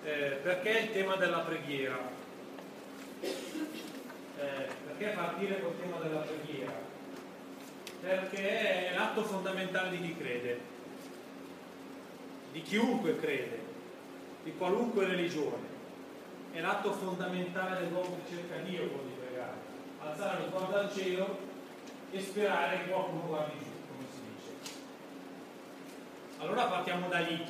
perché il tema della preghiera? Perché partire col tema della preghiera? Perché è l'atto fondamentale di chi crede, di chiunque crede, di qualunque religione. È l'atto fondamentale dell'uomo che cerca Dio quello di pregare, alzare lo sguardo al cielo e sperare che qualcuno guardi giù, come si dice. Allora partiamo da lì,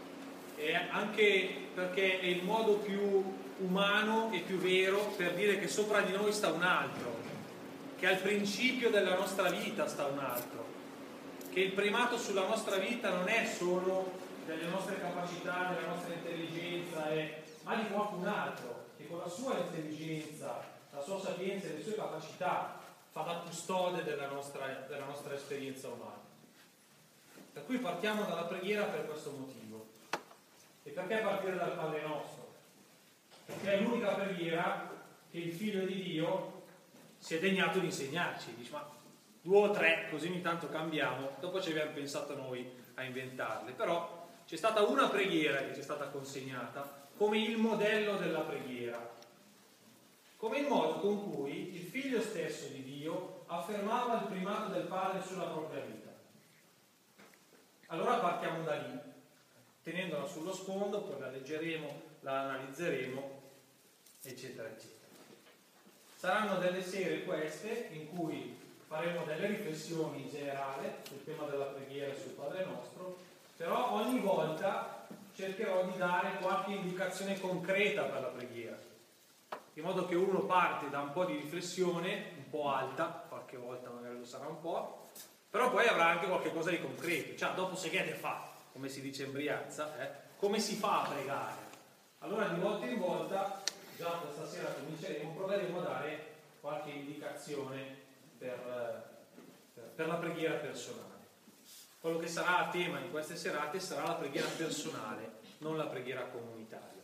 anche perché è il modo più umano e più vero per dire che sopra di noi sta un altro, che al principio della nostra vita sta un altro, che il primato sulla nostra vita non è solo delle nostre capacità, della nostra intelligenza, ma di qualcun altro che con la sua intelligenza, la sua sapienza e le sue capacità fa da custode della nostra esperienza umana. Per cui partiamo dalla preghiera per questo motivo. E perché partire dal Padre Nostro? Perché è l'unica preghiera che il Figlio di Dio si è degnato di insegnarci. Dice, ma 2 o 3, così ogni tanto cambiamo, dopo ci abbiamo pensato noi a inventarle. Però c'è stata una preghiera che ci è stata consegnata come il modello della preghiera, come il modo con cui il Figlio stesso di Dio affermava il primato del Padre sulla propria vita. Allora partiamo da lì, tenendola sullo sfondo, poi la leggeremo, la analizzeremo, eccetera, eccetera. Saranno delle sere queste in cui faremo delle riflessioni in generale sul tema della preghiera e sul Padre Nostro, però ogni volta cercherò di dare qualche indicazione concreta per la preghiera, in modo che uno parte da un po' di riflessione, un po' alta, qualche volta magari lo sarà un po', però poi avrà anche qualche cosa di concreto, cioè dopo se che fa, come si dice in Brianza, come si fa a pregare? Allora di volta in volta, già questa sera cominceremo, proveremo a dare qualche indicazione per la preghiera personale. Quello che sarà a tema in queste serate sarà la preghiera personale, non la preghiera comunitaria.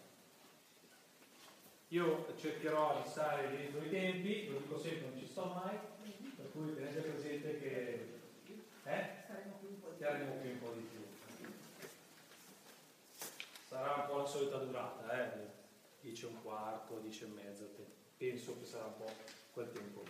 Io cercherò di stare dentro i tempi, lo dico sempre, non ci sto mai, per cui tenete presente che staremo qui un po' di più. Sarà un po' la solita durata, 10 e un quarto, 10 e mezza, penso che sarà un po' quel tempo.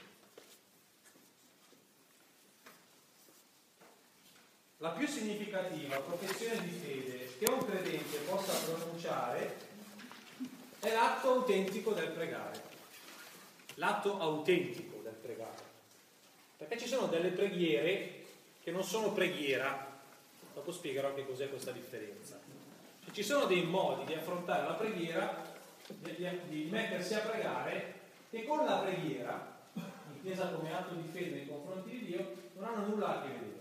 La più significativa professione di fede che un credente possa pronunciare è l'atto autentico del pregare. L'atto autentico del pregare. Perché ci sono delle preghiere che non sono preghiera. Dopo spiegherò che cos'è questa differenza. Cioè, ci sono dei modi di affrontare la preghiera, di mettersi a pregare, che con la preghiera, intesa come atto di fede nei confronti di Dio, non hanno nulla a che vedere.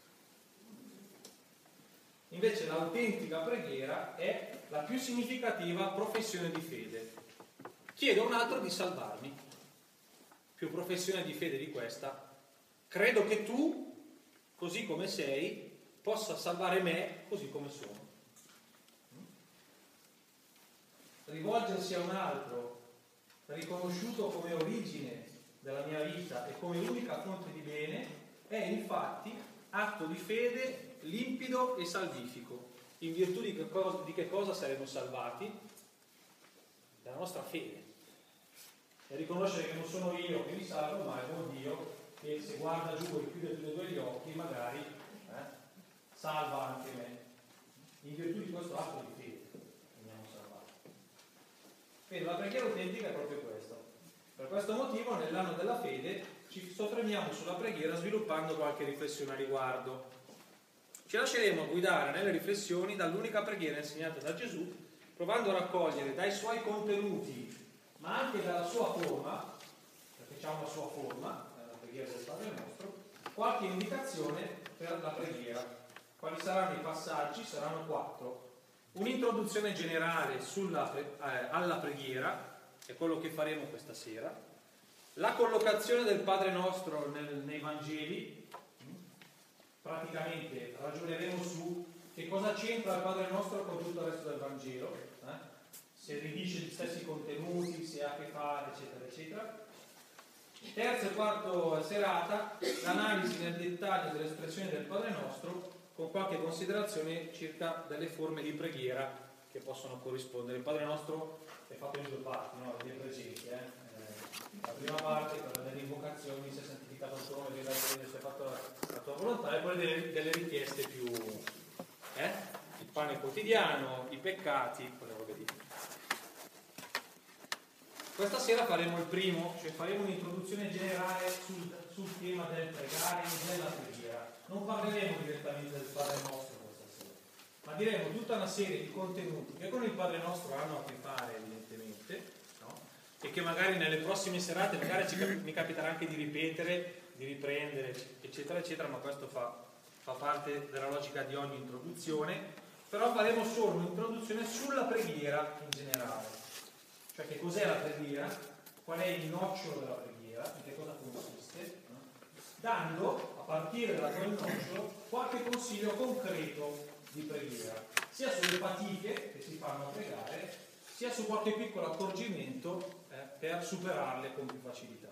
Invece l'autentica preghiera è la più significativa professione di fede. Chiedo a un altro di salvarmi. Più professione di fede di questa. Credo che tu, così come sei, possa salvare me così come sono. Rivolgersi a un altro, riconosciuto come origine della mia vita e come unica fonte di bene, è infatti atto di fede limpido e salvifico. In virtù di che cosa saremo salvati? Della nostra fede. E riconoscere che non sono io che mi salvo, ma è buon Dio che se guarda giù e chiude tutti e 2 gli occhi, magari salva anche me. In virtù di questo atto di fede veniamo salvati. Quindi la preghiera autentica è proprio questo. Per questo motivo, nell'anno della fede, ci soffermiamo sulla preghiera sviluppando qualche riflessione a riguardo. Ci lasceremo guidare nelle riflessioni dall'unica preghiera insegnata da Gesù, provando a raccogliere dai suoi contenuti, ma anche dalla sua forma, perché c'è una sua forma, la preghiera del Padre Nostro, qualche indicazione per la preghiera. Quali saranno i passaggi? Saranno 4. Un'introduzione generale alla preghiera, è quello che faremo questa sera. La collocazione del Padre Nostro nei Vangeli. Praticamente ragioneremo su che cosa c'entra il Padre Nostro con tutto il resto del Vangelo, se ridice gli stessi contenuti, se ha a che fare, eccetera, eccetera. Terza e quarta serata, l'analisi nel dettaglio delle espressioni del Padre Nostro, con qualche considerazione circa delle forme di preghiera che che possono corrispondere. Il Padre Nostro è fatto in due parti, no? Avete presente, la prima parte, quella delle invocazioni, sia santificato il tuo nome, venga il tuo regno, sia fatto la tua volontà, e poi delle richieste più, il pane quotidiano, i peccati, quelle robe lì. Questa sera faremo il primo, cioè faremo un'introduzione generale sul tema del pregare e della preghiera. Non parleremo direttamente del Padre Nostro questa sera, ma diremo tutta una serie di contenuti che con il Padre Nostro hanno a che fare, evidentemente, no? E che magari nelle prossime serate magari mi capiterà anche di ripetere, di riprendere, eccetera, eccetera, ma questo fa parte della logica di ogni introduzione. Però faremo solo un'introduzione sulla preghiera in generale. Cioè che cos'è la preghiera, qual è il nocciolo della preghiera, in che cosa consiste, no? Dando, a partire da quel nocciolo, qualche consiglio concreto di preghiera, sia sulle fatiche che si fanno a pregare, sia su qualche piccolo accorgimento per superarle con più facilità.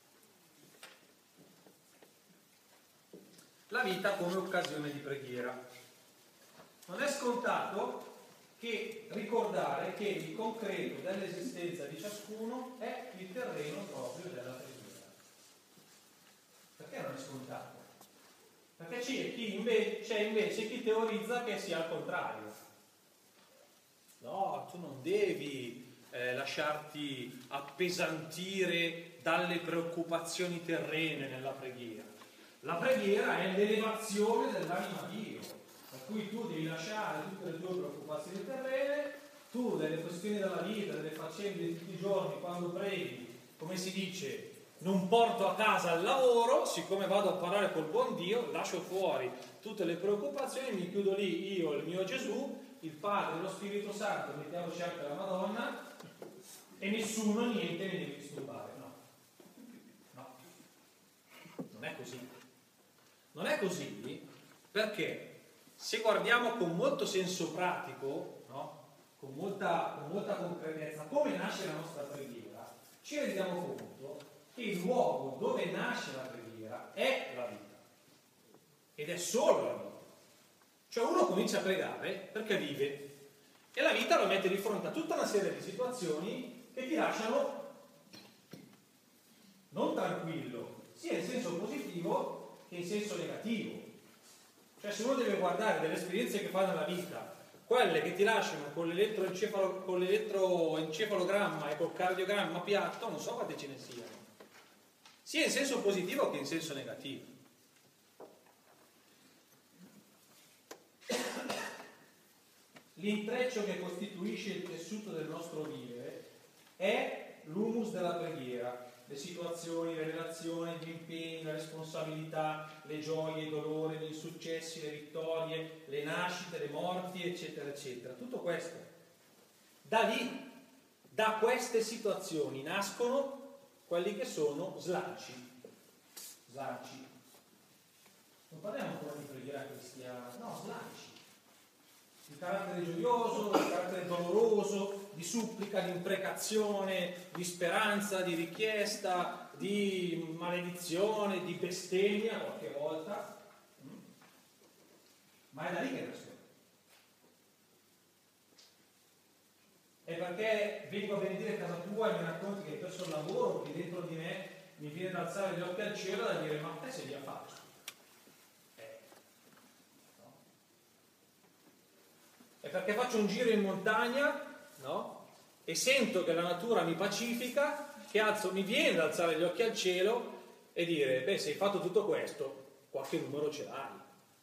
La vita come occasione di preghiera. Non è scontato che ricordare che il concreto dell'esistenza di ciascuno è il terreno proprio della preghiera. Perché non è scontato? Perché c'è invece chi teorizza che sia al contrario. No, tu non devi lasciarti appesantire dalle preoccupazioni terrene nella preghiera. La preghiera è l'elevazione dell'anima a Dio. Per cui tu devi lasciare tutte le tue preoccupazioni terrene, tu delle questioni della vita, delle faccende di tutti i giorni, quando preghi, come si dice, non porto a casa il lavoro, siccome vado a parlare col buon Dio, lascio fuori tutte le preoccupazioni, mi chiudo lì io, il mio Gesù, il Padre, lo Spirito Santo, mettiamoci anche la Madonna, e nessuno, niente mi deve disturbare. No, non è così. Non è così perché se guardiamo con molto senso pratico, no? con molta concretezza, come nasce la nostra preghiera, ci rendiamo conto che il luogo dove nasce la preghiera è la vita. Ed è solo la vita. Cioè uno comincia a pregare perché vive, e la vita lo mette di fronte a tutta una serie di situazioni che ti lasciano non tranquillo, sia in senso positivo che in senso negativo. Cioè se uno deve guardare delle esperienze che fa nella vita, quelle che ti lasciano con l'elettroencefalogramma e col cardiogramma piatto, non so quante ce ne siano, sia in senso positivo che in senso negativo. L'intreccio che costituisce il tessuto del nostro vivere è l'humus della preghiera. Le situazioni, le relazioni, gli impegni, la responsabilità, le gioie, i dolori, gli insuccessi, le vittorie, le nascite, le morti, eccetera, eccetera. Tutto questo. Da lì, da queste situazioni, nascono quelli che sono slanci. Slanci. Non parliamo ancora di preghiera cristiana, no, slanci. Di carattere gioioso, di carattere doloroso, di supplica, di imprecazione, di speranza, di richiesta, di maledizione, di bestemmia qualche volta. Ma è da lì che nasce. È perché vengo a benedire casa tua e mi racconti che hai perso il lavoro, che dentro di me mi viene ad alzare gli occhi al cielo e da dire: ma te sei via faccio. È perché faccio un giro in montagna, no? E sento che la natura mi pacifica, che mi viene ad alzare gli occhi al cielo e dire: beh, se hai fatto tutto questo, qualche numero ce l'hai.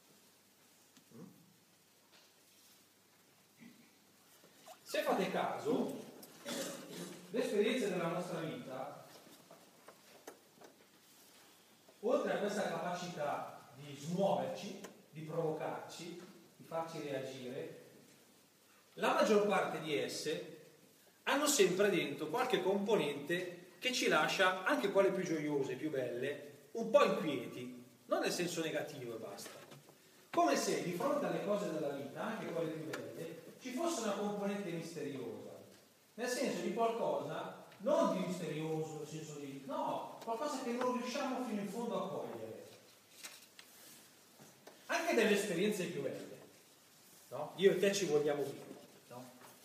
Se fate caso, le esperienze della nostra vita, oltre a questa capacità di smuoverci, di provocarci, di farci reagire, la maggior parte di esse hanno sempre dentro qualche componente che ci lascia, anche quelle più gioiose, più belle, un po' inquieti, non nel senso negativo e basta. Come se di fronte alle cose della vita, anche quelle più belle, ci fosse una componente misteriosa, nel senso di qualcosa non di misterioso, nel senso di no, qualcosa che non riusciamo fino in fondo a cogliere. Anche delle esperienze più belle, no? Io e te ci vogliamo bene, no?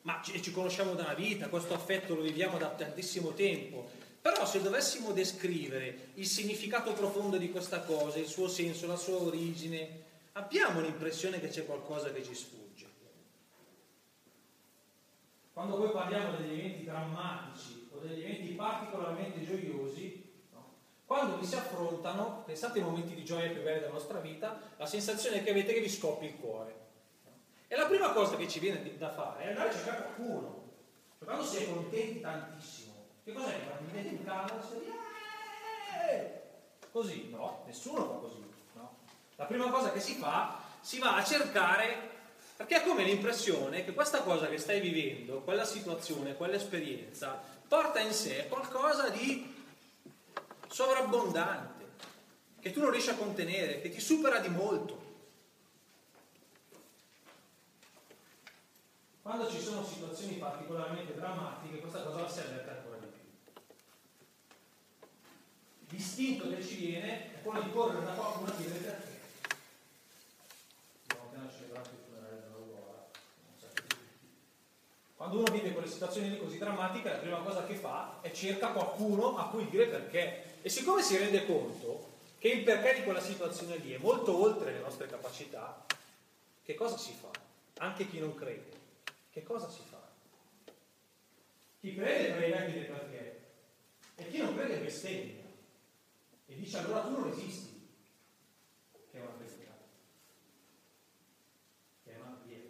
ma ci conosciamo da una vita, questo affetto lo viviamo da tantissimo tempo, però se dovessimo descrivere il significato profondo di questa cosa, il suo senso, la sua origine, abbiamo l'impressione che c'è qualcosa che ci sfugge. Quando poi parliamo degli eventi drammatici o degli eventi particolarmente gioiosi, quando vi si affrontano, pensate ai momenti di gioia più belli della nostra vita, la sensazione che avete è che vi scoppi il cuore. E la prima cosa che ci viene da fare è andare a cercare qualcuno. Cioè, quando si è contenti tantissimo, che cos'è che fa? Mi metti in camera e si dice così? No, nessuno fa così. No. La prima cosa che si va a cercare, perché è come l'impressione che questa cosa che stai vivendo, quella situazione, quell'esperienza, porta in sé qualcosa di sovrabbondante, che tu non riesci a contenere, che ti supera di molto. Quando ci sono situazioni particolarmente drammatiche, questa cosa la si avverte ancora di più. L'istinto che ci viene è quello di correre da qualcuno e dire perché. Abbiamo appena celebrato il funerale dell'Aurora. Quando uno vive quelle situazioni lì così drammatiche, la prima cosa che fa è cerca qualcuno a cui dire perché. E siccome si rende conto che il perché di quella situazione lì è molto oltre le nostre capacità, che cosa si fa? Anche chi non crede, che cosa si fa? Chi crede prega e chiede perché, e chi non crede bestemmia e dice allora tu non esisti, che è una preghiera, che è una preghiera.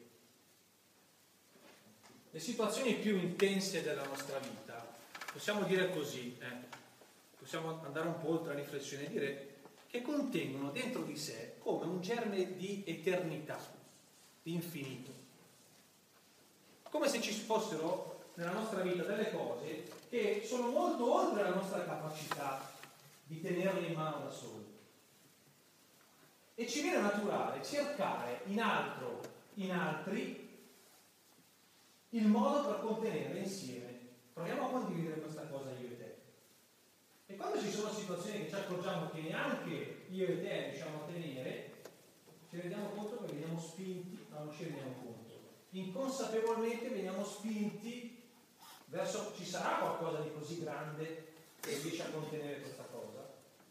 Le situazioni più intense della nostra vita, possiamo dire così, possiamo andare un po' oltre la riflessione e dire che contengono dentro di sé come un germe di eternità, di infinito. Come se ci fossero nella nostra vita delle cose che sono molto oltre la nostra capacità di tenerle in mano da soli. E ci viene naturale cercare in altri, il modo per contenerle insieme. Proviamo a condividere questa cosa io e te. E quando ci sono situazioni che ci accorgiamo che neanche io e te riusciamo a tenere, ci rendiamo conto che veniamo spinti, ma non ci rendiamo conto. Inconsapevolmente veniamo spinti verso, ci sarà qualcosa di così grande che riesce a contenere questa cosa?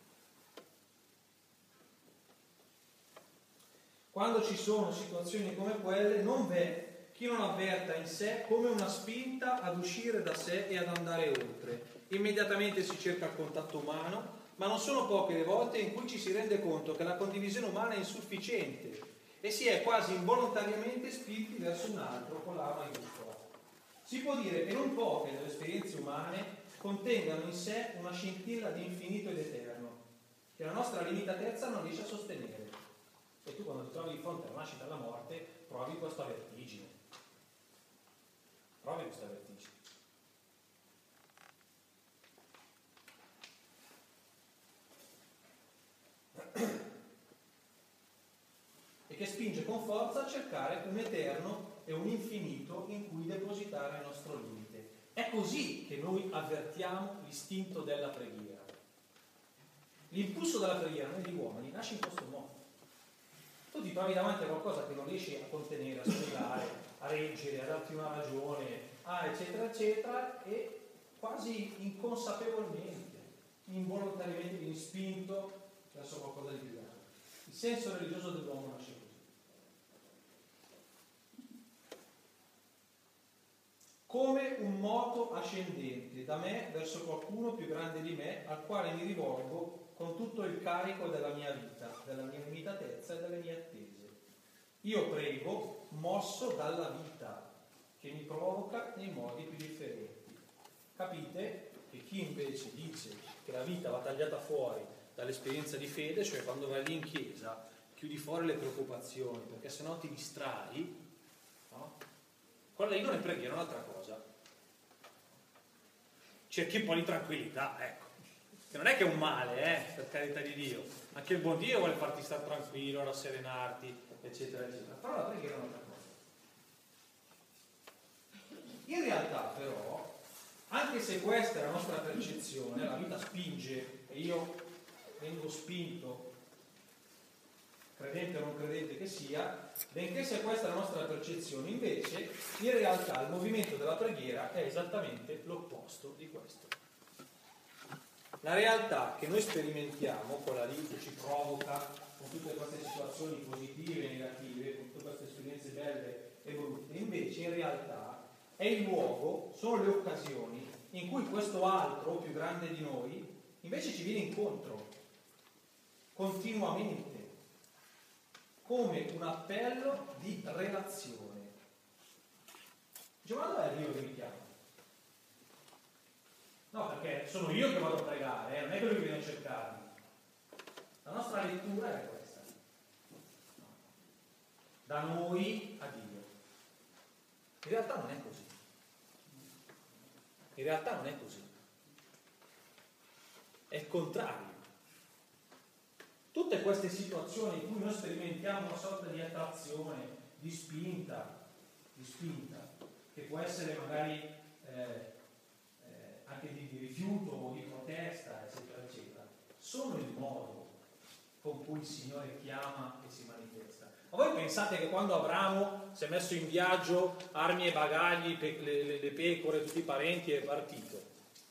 Quando ci sono situazioni come quelle, non v'è chi non avverta in sé come una spinta ad uscire da sé e ad andare oltre. Immediatamente si cerca il contatto umano, ma non sono poche le volte in cui ci si rende conto che la condivisione umana è insufficiente e si è quasi involontariamente spinti verso un altro con la maiuscola. Si può dire che non poche delle esperienze umane contengano in sé una scintilla di infinito ed eterno, che la nostra limitatezza non riesce a sostenere. E tu quando ti trovi di fronte alla nascita e alla morte, provi questa vertigine. Provi questa vertigine. E che spinge con forza a cercare un eterno e un infinito in cui depositare il nostro limite. È così che noi avvertiamo l'istinto della preghiera. L'impulso della preghiera noi di uomini nasce in questo modo. Tu ti trovi davanti a qualcosa che non riesci a contenere, a spiegare, a reggere, a darti una ragione, eccetera, eccetera, e quasi inconsapevolmente, involontariamente vieni spinto verso qualcosa di più grande. Il senso religioso dell'uomo nasce così. Come un moto ascendente da me verso qualcuno più grande di me, al quale mi rivolgo con tutto il carico della mia vita, della mia limitatezza e delle mie attese. Io prego mosso dalla vita che mi provoca nei modi più differenti. Capite che chi invece dice che la vita va tagliata fuori dall'esperienza di fede, cioè quando vai lì in chiesa chiudi fuori le preoccupazioni perché sennò ti distrai, no? Quella lì non è preghiera, è un'altra cosa. Cerchi un po' di tranquillità, ecco. Che non è che è un male, per carità di Dio. Anche il buon Dio vuole farti stare tranquillo, rasserenarti, eccetera, eccetera. Però la preghiera è un'altra cosa. In realtà, però, anche se questa è la nostra percezione, la vita spinge e io vengo spinto credente o non credente che sia, benché sia questa la nostra percezione, invece in realtà il movimento della preghiera è esattamente l'opposto di questo. La realtà che noi sperimentiamo, quella lì che ci provoca con tutte queste situazioni positive e negative, con tutte queste esperienze belle e brutte, invece in realtà è il luogo, sono le occasioni in cui questo altro, più grande di noi, invece ci viene incontro continuamente, come un appello di relazione. Dice, ma dov'è Dio che mi chiama? No, perché sono io che vado a pregare, non è che lui viene a cercarmi. La nostra lettura è questa. Da noi a Dio. In realtà non è così. In realtà non è così. È il contrario. Tutte queste situazioni in cui noi sperimentiamo una sorta di attrazione, di spinta, che può essere magari anche di rifiuto o di protesta, eccetera, eccetera, sono il modo con cui il Signore chiama e si manifesta. Ma voi pensate che quando Abramo si è messo in viaggio, armi e bagagli, le pecore, tutti i parenti, è partito?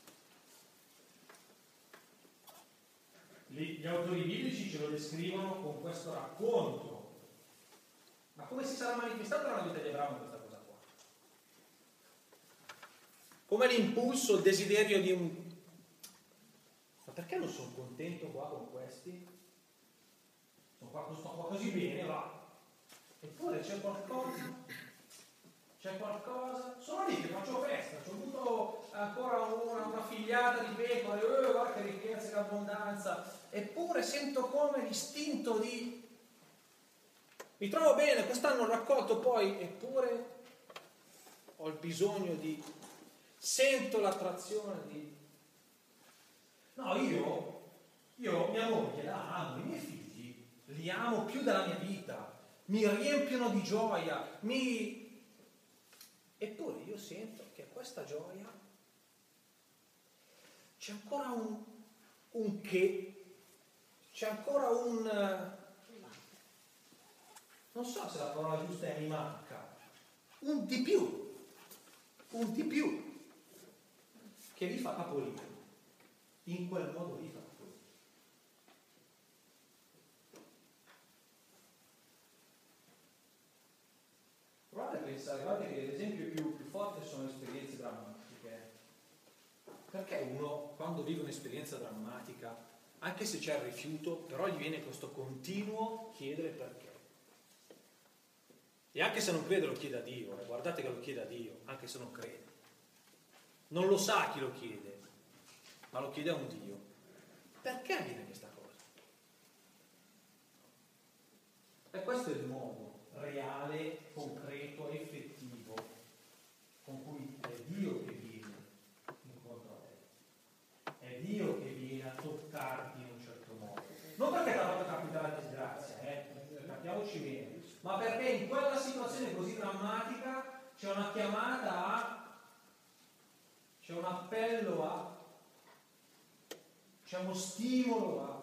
Gli autori biblici ce lo descrivono con questo racconto. Ma come si sarà manifestato nella vita di Abramo questa cosa qua? Come l'impulso, il desiderio di un... Ma perché non sono contento qua con questi? Sto qua così bene, va. Eppure c'è qualcosa, sono lì che faccio festa, ho avuto ancora una figliata di pecore, guarda che ricchezza, che abbondanza, eppure sento come l'istinto di... Mi trovo bene, quest'anno ho raccolto poi, eppure ho il bisogno di... Sento l'attrazione di... No, io mia moglie la amo, i miei figli li amo più della mia vita, mi riempiono di gioia, eppure io sento che a questa gioia c'è ancora un che, c'è ancora non so se la parola giusta è mi manca, un di più, che vi fa capolino, in quel modo vi fa capolino. Provate a pensare, guardate che l'esempio più forte sono le esperienze drammatiche. Perché uno, quando vive un'esperienza drammatica, anche se c'è il rifiuto, però gli viene questo continuo chiedere perché. E anche se non crede lo chiede a Dio, guardate che lo chiede a Dio, anche se non crede. Non lo sa chi lo chiede, ma lo chiede a un Dio. Perché avviene questa cosa? E questo è il modo reale, concreto, effettivo con cui è Dio che viene incontro a te. È Dio che viene a toccarti in un certo modo. Non perché ti ha fatto capitare la disgrazia, capiamoci bene, ma perché in quella situazione così drammatica c'è una chiamata a, c'è un appello a, c'è uno stimolo a.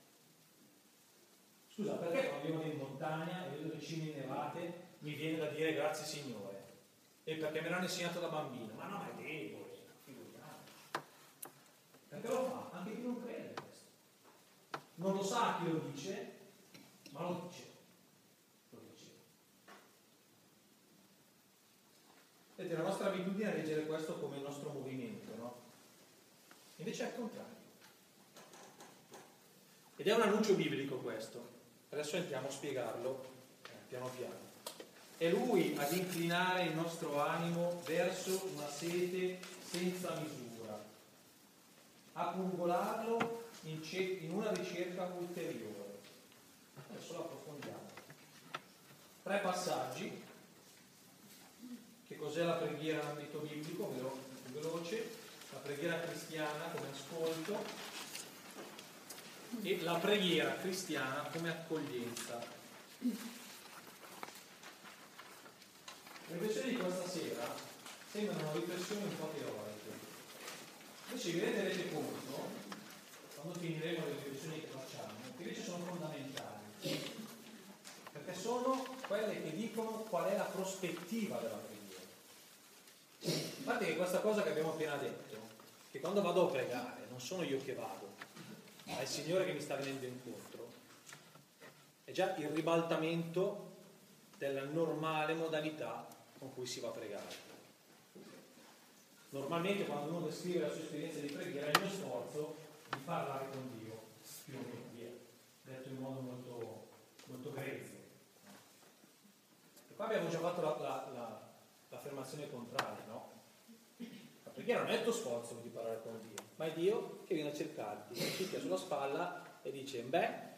Scusa, perché quando io vado in montagna e vedo le cime innevate mi viene da dire grazie Signore? E perché me l'hanno insegnato da bambino? Ma no, è debole, figuriamoci. Perché lo fa? Anche chi non crede a questo. Non lo sa chi lo dice, ma lo dice. Vedete, la nostra abitudine è leggere questo come il nostro movimento, no? Invece è il contrario. Ed è un annuncio biblico questo. Adesso entriamo a spiegarlo piano piano. È Lui ad inclinare il nostro animo verso una sete senza misura, a pungolarlo in una ricerca ulteriore. Adesso lo approfondiamo. 3 passaggi. Che cos'è la preghiera in ambito biblico? Veloce. La preghiera cristiana come ascolto e la preghiera cristiana come accoglienza. Le riflessioni di questa sera sembrano riflessioni un po' teoriche, invece vi renderete conto, quando finiremo le riflessioni che facciamo, che invece sono fondamentali. perché sono quelle che dicono qual è la prospettiva della preghiera. Guardate che questa cosa che abbiamo appena detto, che quando vado a pregare non sono io che vado, ma è il Signore che mi sta venendo incontro, è già il ribaltamento della normale modalità con cui si va a pregare. Normalmente quando uno descrive la sua esperienza di preghiera è il mio sforzo di parlare con Dio, più o meno, via, detto in modo molto, molto grezzo. E qua abbiamo già fatto l'affermazione contraria, no? La preghiera non è il tuo sforzo di parlare con Dio, ma è Dio che viene a cercarti, ti picchia sulla spalla e dice: beh,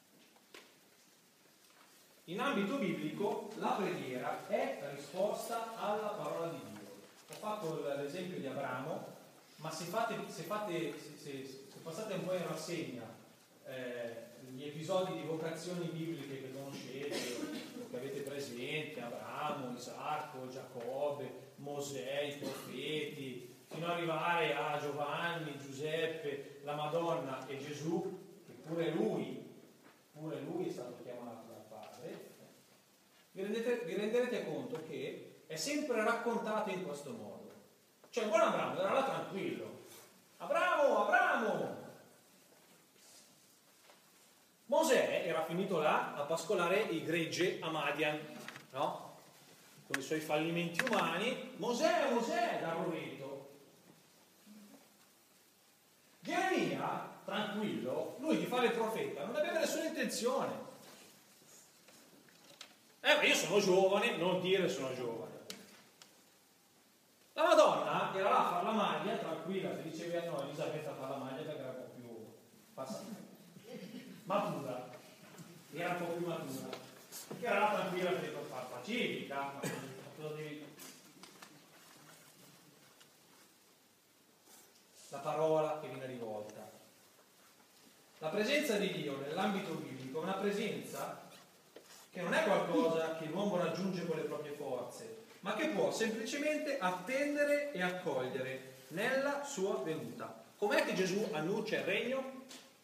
in ambito biblico la preghiera è la risposta alla parola di Dio. Ho fatto l'esempio di Abramo, ma se passate un po' in rassegna gli episodi di vocazioni bibliche che conoscete o che avete presente, Abramo, Isacco, Giacobbe, Mosè, i profeti, fino ad arrivare a Giovanni, Giuseppe, la Madonna e Gesù, che pure lui è stato chiamato dal Padre, vi renderete conto che è sempre raccontato in questo modo. Cioè il buon Abramo era là tranquillo. Abramo! Mosè era finito là a pascolare i gregge a Madian, no? Con i suoi fallimenti umani. Mosè, dal roveto. Geremia, tranquillo, lui di fare il profeta non aveva nessuna intenzione. Ma io sono giovane, non dire sono giovane. La Madonna era là a fare la maglia, tranquilla, se dicevi a noi Elisabetta fa la maglia perché era un po' più matura, era un po' più matura, che era là tranquilla per far pacifica, ma cosa devi... La parola che viene rivolta. La presenza di Dio nell'ambito biblico è una presenza che non è qualcosa che l'uomo raggiunge con le proprie forze, ma che può semplicemente attendere e accogliere nella sua venuta. Com'è che Gesù annuncia il regno?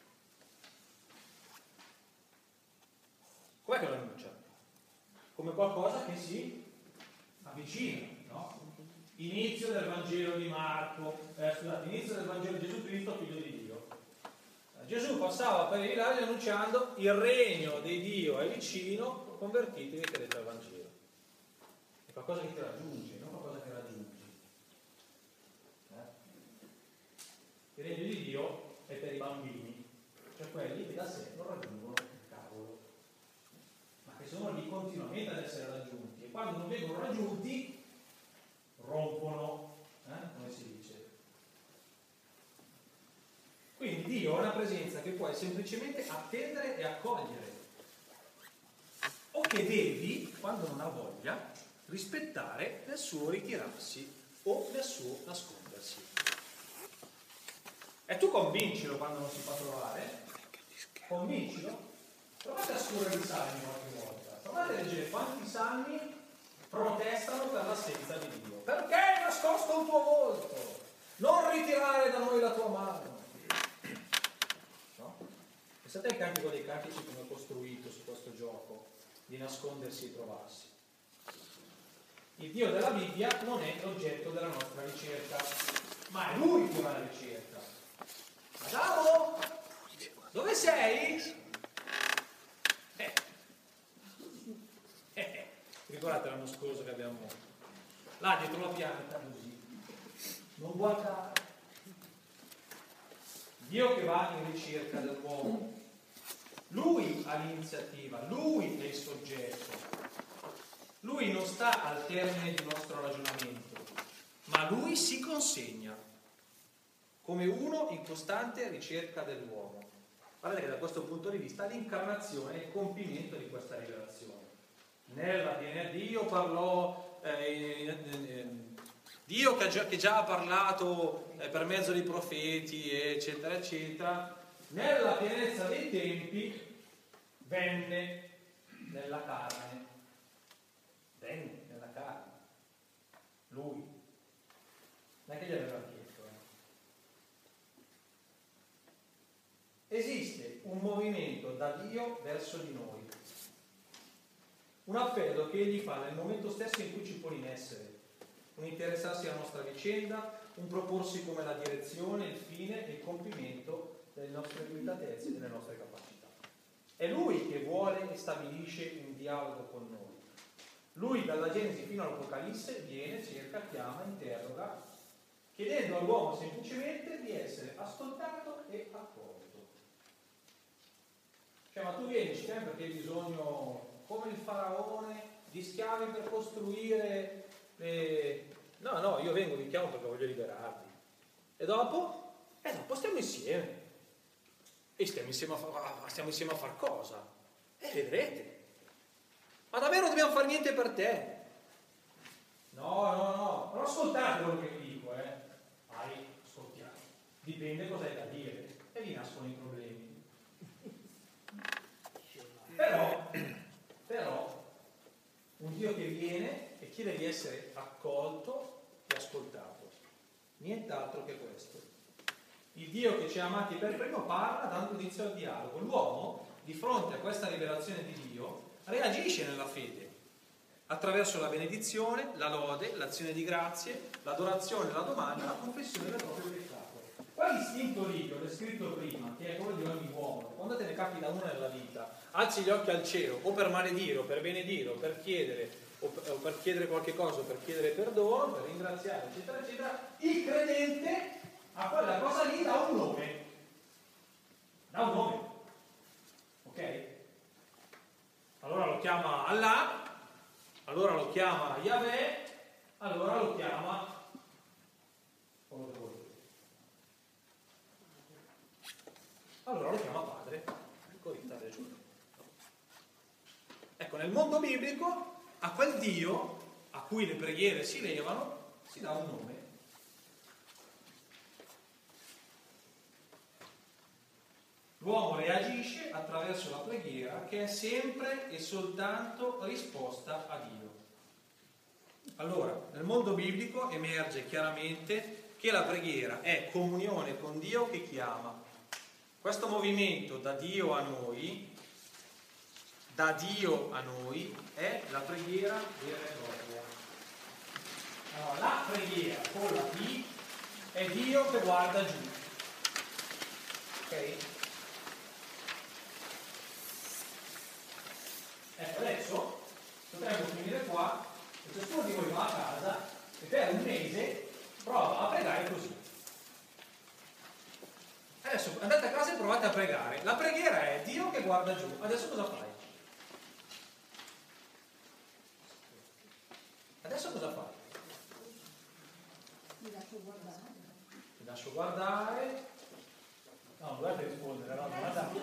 Com'è che lo annuncia? Come qualcosa che si avvicina, no? Inizio del Vangelo di inizio del Vangelo di Gesù Cristo, figlio di Dio. Gesù passava per i villaggi annunciando: il regno di Dio è vicino, convertitevi e credete al Vangelo. È qualcosa che ti raggiunge, non qualcosa che raggiungi. Il regno di Dio è per i bambini, cioè quelli che da sé non raggiungono il cavolo, ma che sono lì continuamente ad essere raggiunti, e quando non vengono raggiunti rompono, come si dice. Quindi Dio è una presenza che puoi semplicemente attendere e accogliere, o che devi, quando non ha voglia, rispettare nel suo ritirarsi o nel suo nascondersi. E tu convincilo quando non si fa trovare, convincilo. Provate a scorrere i salmi qualche volta, provate a leggere quanti salmi protestano per l'assenza di Dio. Perché hai nascosto il tuo volto? Non ritirare da noi la tua mano. No? Pensate ai cantico dei cantici come è costruito su questo gioco di nascondersi e trovarsi. Il Dio della Bibbia non è l'oggetto della nostra ricerca, ma è Lui che fa la ricerca. Adamo, dove sei? Ricordate l'anno scorso che abbiamo là dietro la pianta, così, non guardare. Dio che va in ricerca dell'uomo, Lui ha l'iniziativa, Lui è il soggetto. Lui non sta al termine del nostro ragionamento, ma Lui si consegna come uno in costante ricerca dell'uomo. Guardate che da questo punto di vista l'incarnazione è il compimento di questa rivelazione. Nella piena Dio parlò, Dio che già ha parlato per mezzo dei profeti, eccetera, eccetera, nella pienezza dei tempi venne nella carne. Venne nella carne. Lui. Non è che gli aveva chiesto. Esiste un movimento da Dio verso di noi. un appello che Egli fa nel momento stesso in cui ci pone in essere, un interessarsi alla nostra vicenda, un proporsi come la direzione, il fine e il compimento delle nostre limitatezze e delle nostre capacità. È Lui che vuole e stabilisce un dialogo con noi. Lui dalla Genesi fino all'Apocalisse viene, cerca, chiama, interroga, chiedendo all'uomo semplicemente di essere ascoltato e accolto. Cioè, ma tu vieni, perché hai bisogno, come il faraone, di schiavi per costruire le... No, io vengo, vi chiamo perché voglio liberarvi. E dopo? Dopo stiamo insieme. E stiamo insieme a far cosa? Vedrete. Ma davvero non dobbiamo fare niente per te? No, non ascoltate quello che vi dico, Vai, ascoltiamo. Dipende cosa hai da dire. E lì nascono i problemi. Però, un Dio che viene e chiede di essere accolto e ascoltato. Nient'altro che questo. Il Dio che ci ha amati per primo parla dando inizio al dialogo. L'uomo, di fronte a questa rivelazione di Dio, reagisce nella fede attraverso la benedizione, la lode, l'azione di grazie, l'adorazione, la domanda, la confessione del proprio peccato. Quell'istinto lì che ho descritto prima, che è quello di ogni uomo, quando te ne capita una nella vita, alzi gli occhi al cielo o per maledire o per benedire o per chiedere qualche cosa o per chiedere perdono, per ringraziare, eccetera, eccetera, il credente a quella cosa lì dà un nome. Ok? Allora lo chiama Allah, allora lo chiama Yahweh, allora lo chiama quello che vuoi. Allora lo chiama Padre. Corita, ragione. Ecco, nel mondo biblico a quel Dio a cui le preghiere si levano si dà un nome. L'uomo reagisce attraverso la preghiera che è sempre e soltanto risposta a Dio. Allora, nel mondo biblico emerge chiaramente che la preghiera è comunione con Dio che chiama. Questo movimento da Dio a noi è la preghiera vera e propria. Allora, la preghiera con la P è Dio che guarda giù. Ok? Ecco, adesso potremmo finire qua e ciascuno di voi va a casa e per un mese prova a pregare così. Adesso andate a casa e provate a pregare. La preghiera è Dio che guarda giù. Adesso cosa fai? Adesso cosa fai? Mi lascio guardare. Ti lascio guardare. No, non dovete rispondere, no, guardate.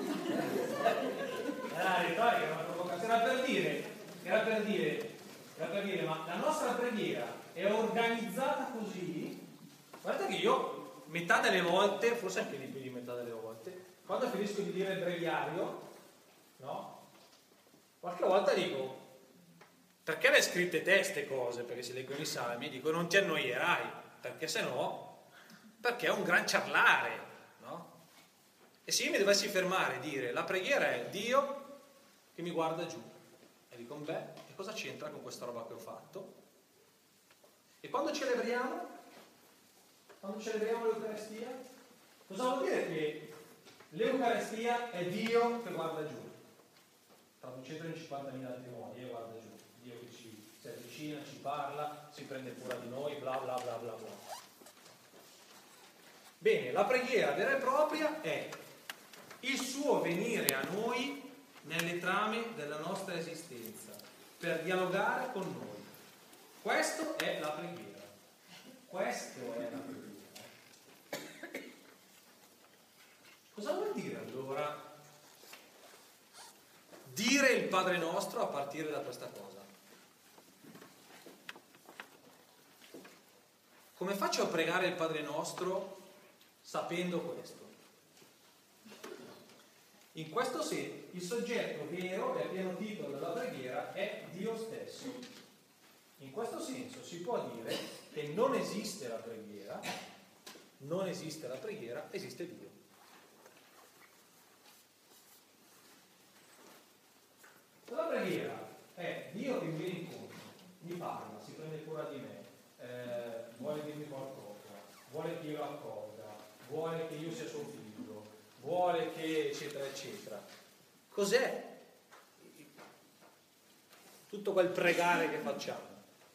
Era retorica, era una provocazione. Era per dire, ma la nostra preghiera è organizzata così. Guardate che io, metà delle volte, forse anche di più di metà delle volte, quando finisco di dire il breviario, no? Qualche volta dico, perché le hai scritte te ste cose? Perché si leggono i salmi, dico non ti annoierai, perché se no, perché è un gran ciarlare, no? E se io mi dovessi fermare e dire la preghiera è Dio che mi guarda giù, e dico beh, e cosa c'entra con questa roba che ho fatto? E quando celebriamo l'Eucaristia, cosa vuol dire che l'Eucaristia è Dio che guarda giù? Traducetelo in 50.000 altri modi, guarda giù, Dio che ci si avvicina, ci parla, si prende cura di noi, bla bla bla bla bla. Bene, la preghiera vera e propria è il suo venire a noi nelle trame della nostra esistenza per dialogare con noi. Questo è la preghiera. Cosa vuol dire allora dire il Padre nostro a partire da questa cosa? Come faccio a pregare il Padre nostro sapendo questo? In questo senso il soggetto vero e a pieno titolo della preghiera è Dio stesso. In questo senso si può dire che non esiste la preghiera, esiste Dio. La preghiera è Dio mi parla, si prende cura di me, vuole dirmi qualcosa, vuole che io l'accolga, vuole che io sia suo figlio, vuole che eccetera eccetera. Cos'è tutto quel pregare che facciamo?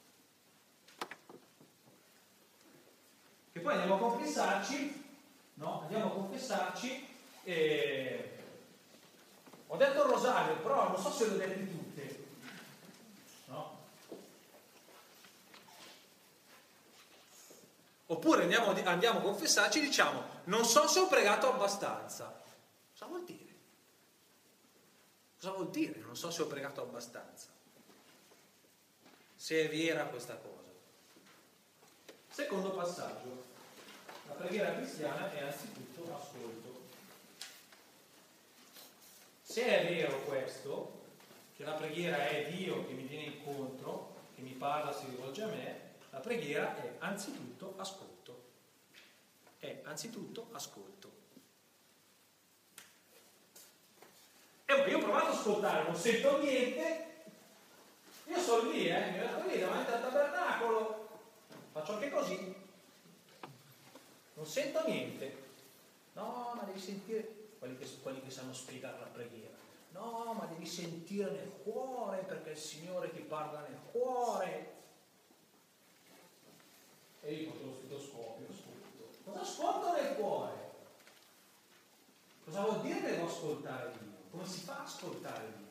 Che poi andiamo a confessarci, no? Andiamo a confessarci e ho detto il rosario, però non so se lo dette tutte, no? Oppure andiamo a confessarci e diciamo non so se ho pregato abbastanza. Cosa vuol dire? Cosa vuol dire non so se ho pregato abbastanza? Se è vera questa cosa. Secondo passaggio, la preghiera cristiana è anzitutto ascolto. Se è vero questo, che la preghiera è Dio che mi viene incontro, che mi parla, si rivolge a me, la preghiera è anzitutto ascolto. È anzitutto ascolto. E io ho provato ad ascoltare, non sento niente, io sono lì, mi metto lì davanti al tabernacolo, faccio anche così, non sento niente. No, ma devi sentire, quelli che sanno spiegare la preghiera, no, ma devi sentire nel cuore, perché il Signore ti parla nel cuore. E io con lo stetoscopio ascolto. Cosa ascolto nel cuore? Cosa vuol dire devo ascoltare Dio? Come si fa a ascoltare Dio?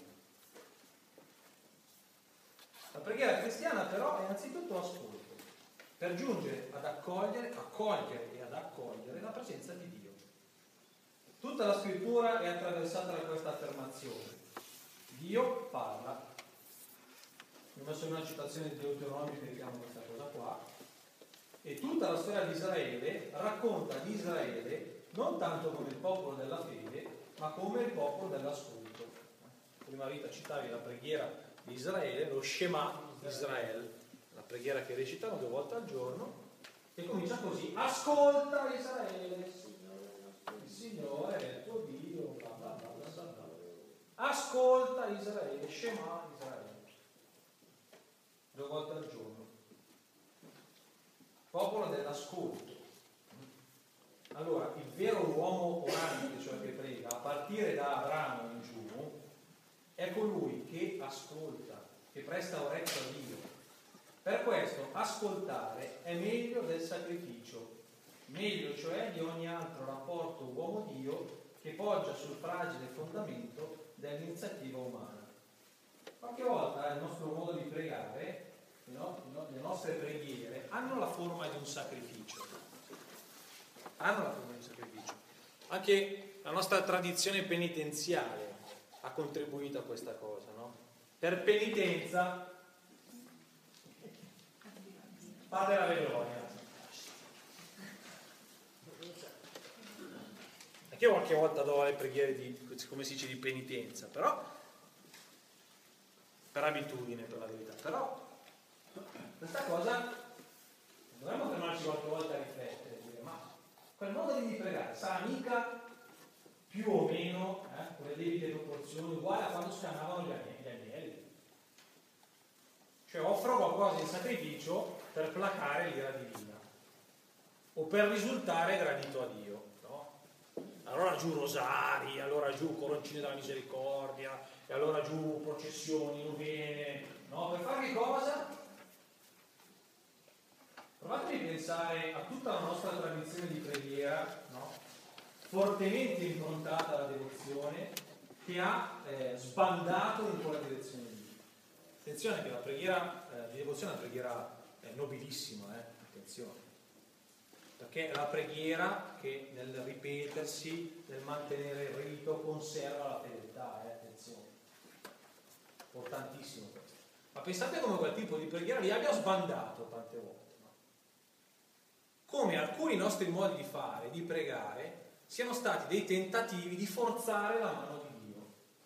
La preghiera cristiana però è innanzitutto ascolto, per giungere ad accogliere e ad accogliere la presenza di Dio. Tutta la scrittura è attraversata da questa affermazione. Dio parla. Ho messo una citazione di Deuteronomio che richiama questa cosa qua. E tutta la storia di Israele racconta di Israele non tanto come il popolo della fede, ma come il popolo dell'ascolto. Prima Rita citavi la preghiera di Israele, lo Shema Israele, la preghiera che recitano 2 volte al giorno, e comincia così: ascolta Israele, il Signore è il tuo Dio, bla bla bla bla bla. Ascolta Israele, Shema Israele, 2 volte al giorno. Popolo dell'ascolto. Allora, il vero uomo orante, cioè che prega, a partire da Abramo in giù, è colui che ascolta, che presta orecchio a Dio. Per questo ascoltare è meglio del sacrificio, meglio cioè di ogni altro rapporto uomo-Dio che poggia sul fragile fondamento dell'iniziativa umana. Qualche volta il nostro modo di pregare, le nostre preghiere hanno la forma di un sacrificio. Anche la nostra tradizione penitenziale ha contribuito a questa cosa, no? Per penitenza fate la vergogna. Anche io qualche volta do le preghiere come si dice, di penitenza, però per abitudine, per la verità. Però questa cosa dovremmo fermarci qualche volta a riflettere, dire, ma quel modo di pregare sarà mica più o meno con le debite proporzioni uguale a quando scannavano gli agnelli. Cioè offro qualcosa in sacrificio per placare l'ira divina o per risultare gradito a Dio, no? Allora giù rosari, allora giù coroncine della misericordia, e allora giù processioni, novene, no? Per fare che cosa? Provate a pensare a tutta la nostra tradizione di preghiera, no? Fortemente improntata alla devozione, che ha sbandato in quella direzione lì. Attenzione che la preghiera di devozione è una preghiera nobilissima, attenzione, perché è la preghiera che nel ripetersi, nel mantenere il rito, conserva la fedeltà, attenzione, importantissimo questo. Ma pensate come quel tipo di preghiera li abbia sbandato tante volte, no? Come alcuni nostri modi di fare, di pregare, siano stati dei tentativi di forzare la mano di Dio.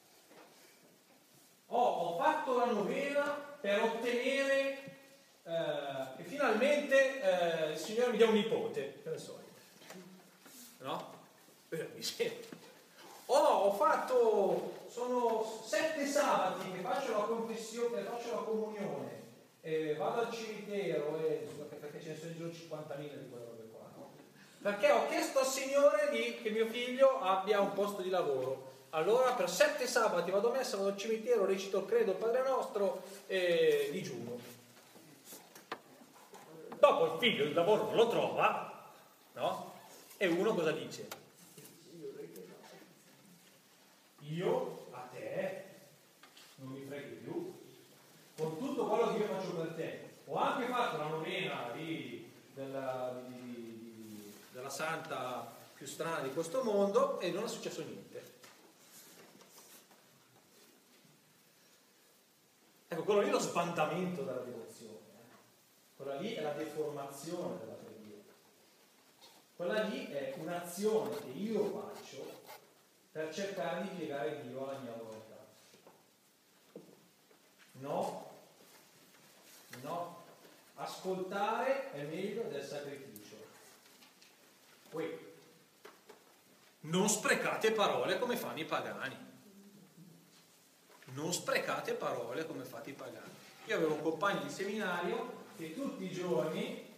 Ho fatto la novena per ottenere che finalmente il Signore mi dia un nipote, che ne so, no? Mi sento. Sono 7 sabati che faccio la confessione, che faccio la comunione, vado al cimitero perché ce ne sono in giro 50.000 di quelle robe qua, no? Perché ho chiesto al Signore che mio figlio abbia un posto di lavoro. Allora per 7 sabati vado a messa, vado al cimitero, recito il credo, il Padre Nostro e digiuno. Dopo il figlio il lavoro non lo trova, no? E uno cosa dice? Io a te non mi freghi più, con tutto quello che io faccio per te. Ho anche fatto la novena della santa più strana di questo mondo e non è successo niente. Ecco, quello lì è lo sbandamento della devozione, quella lì è la deformazione della preghiera, quella lì è un'azione che io faccio per cercare di piegare Dio alla mia volontà. No, ascoltare è meglio del sacrificio. Poi non sprecate parole come fanno i pagani. Non sprecate parole come fate i pagani. Io avevo un compagno di seminario che tutti i giorni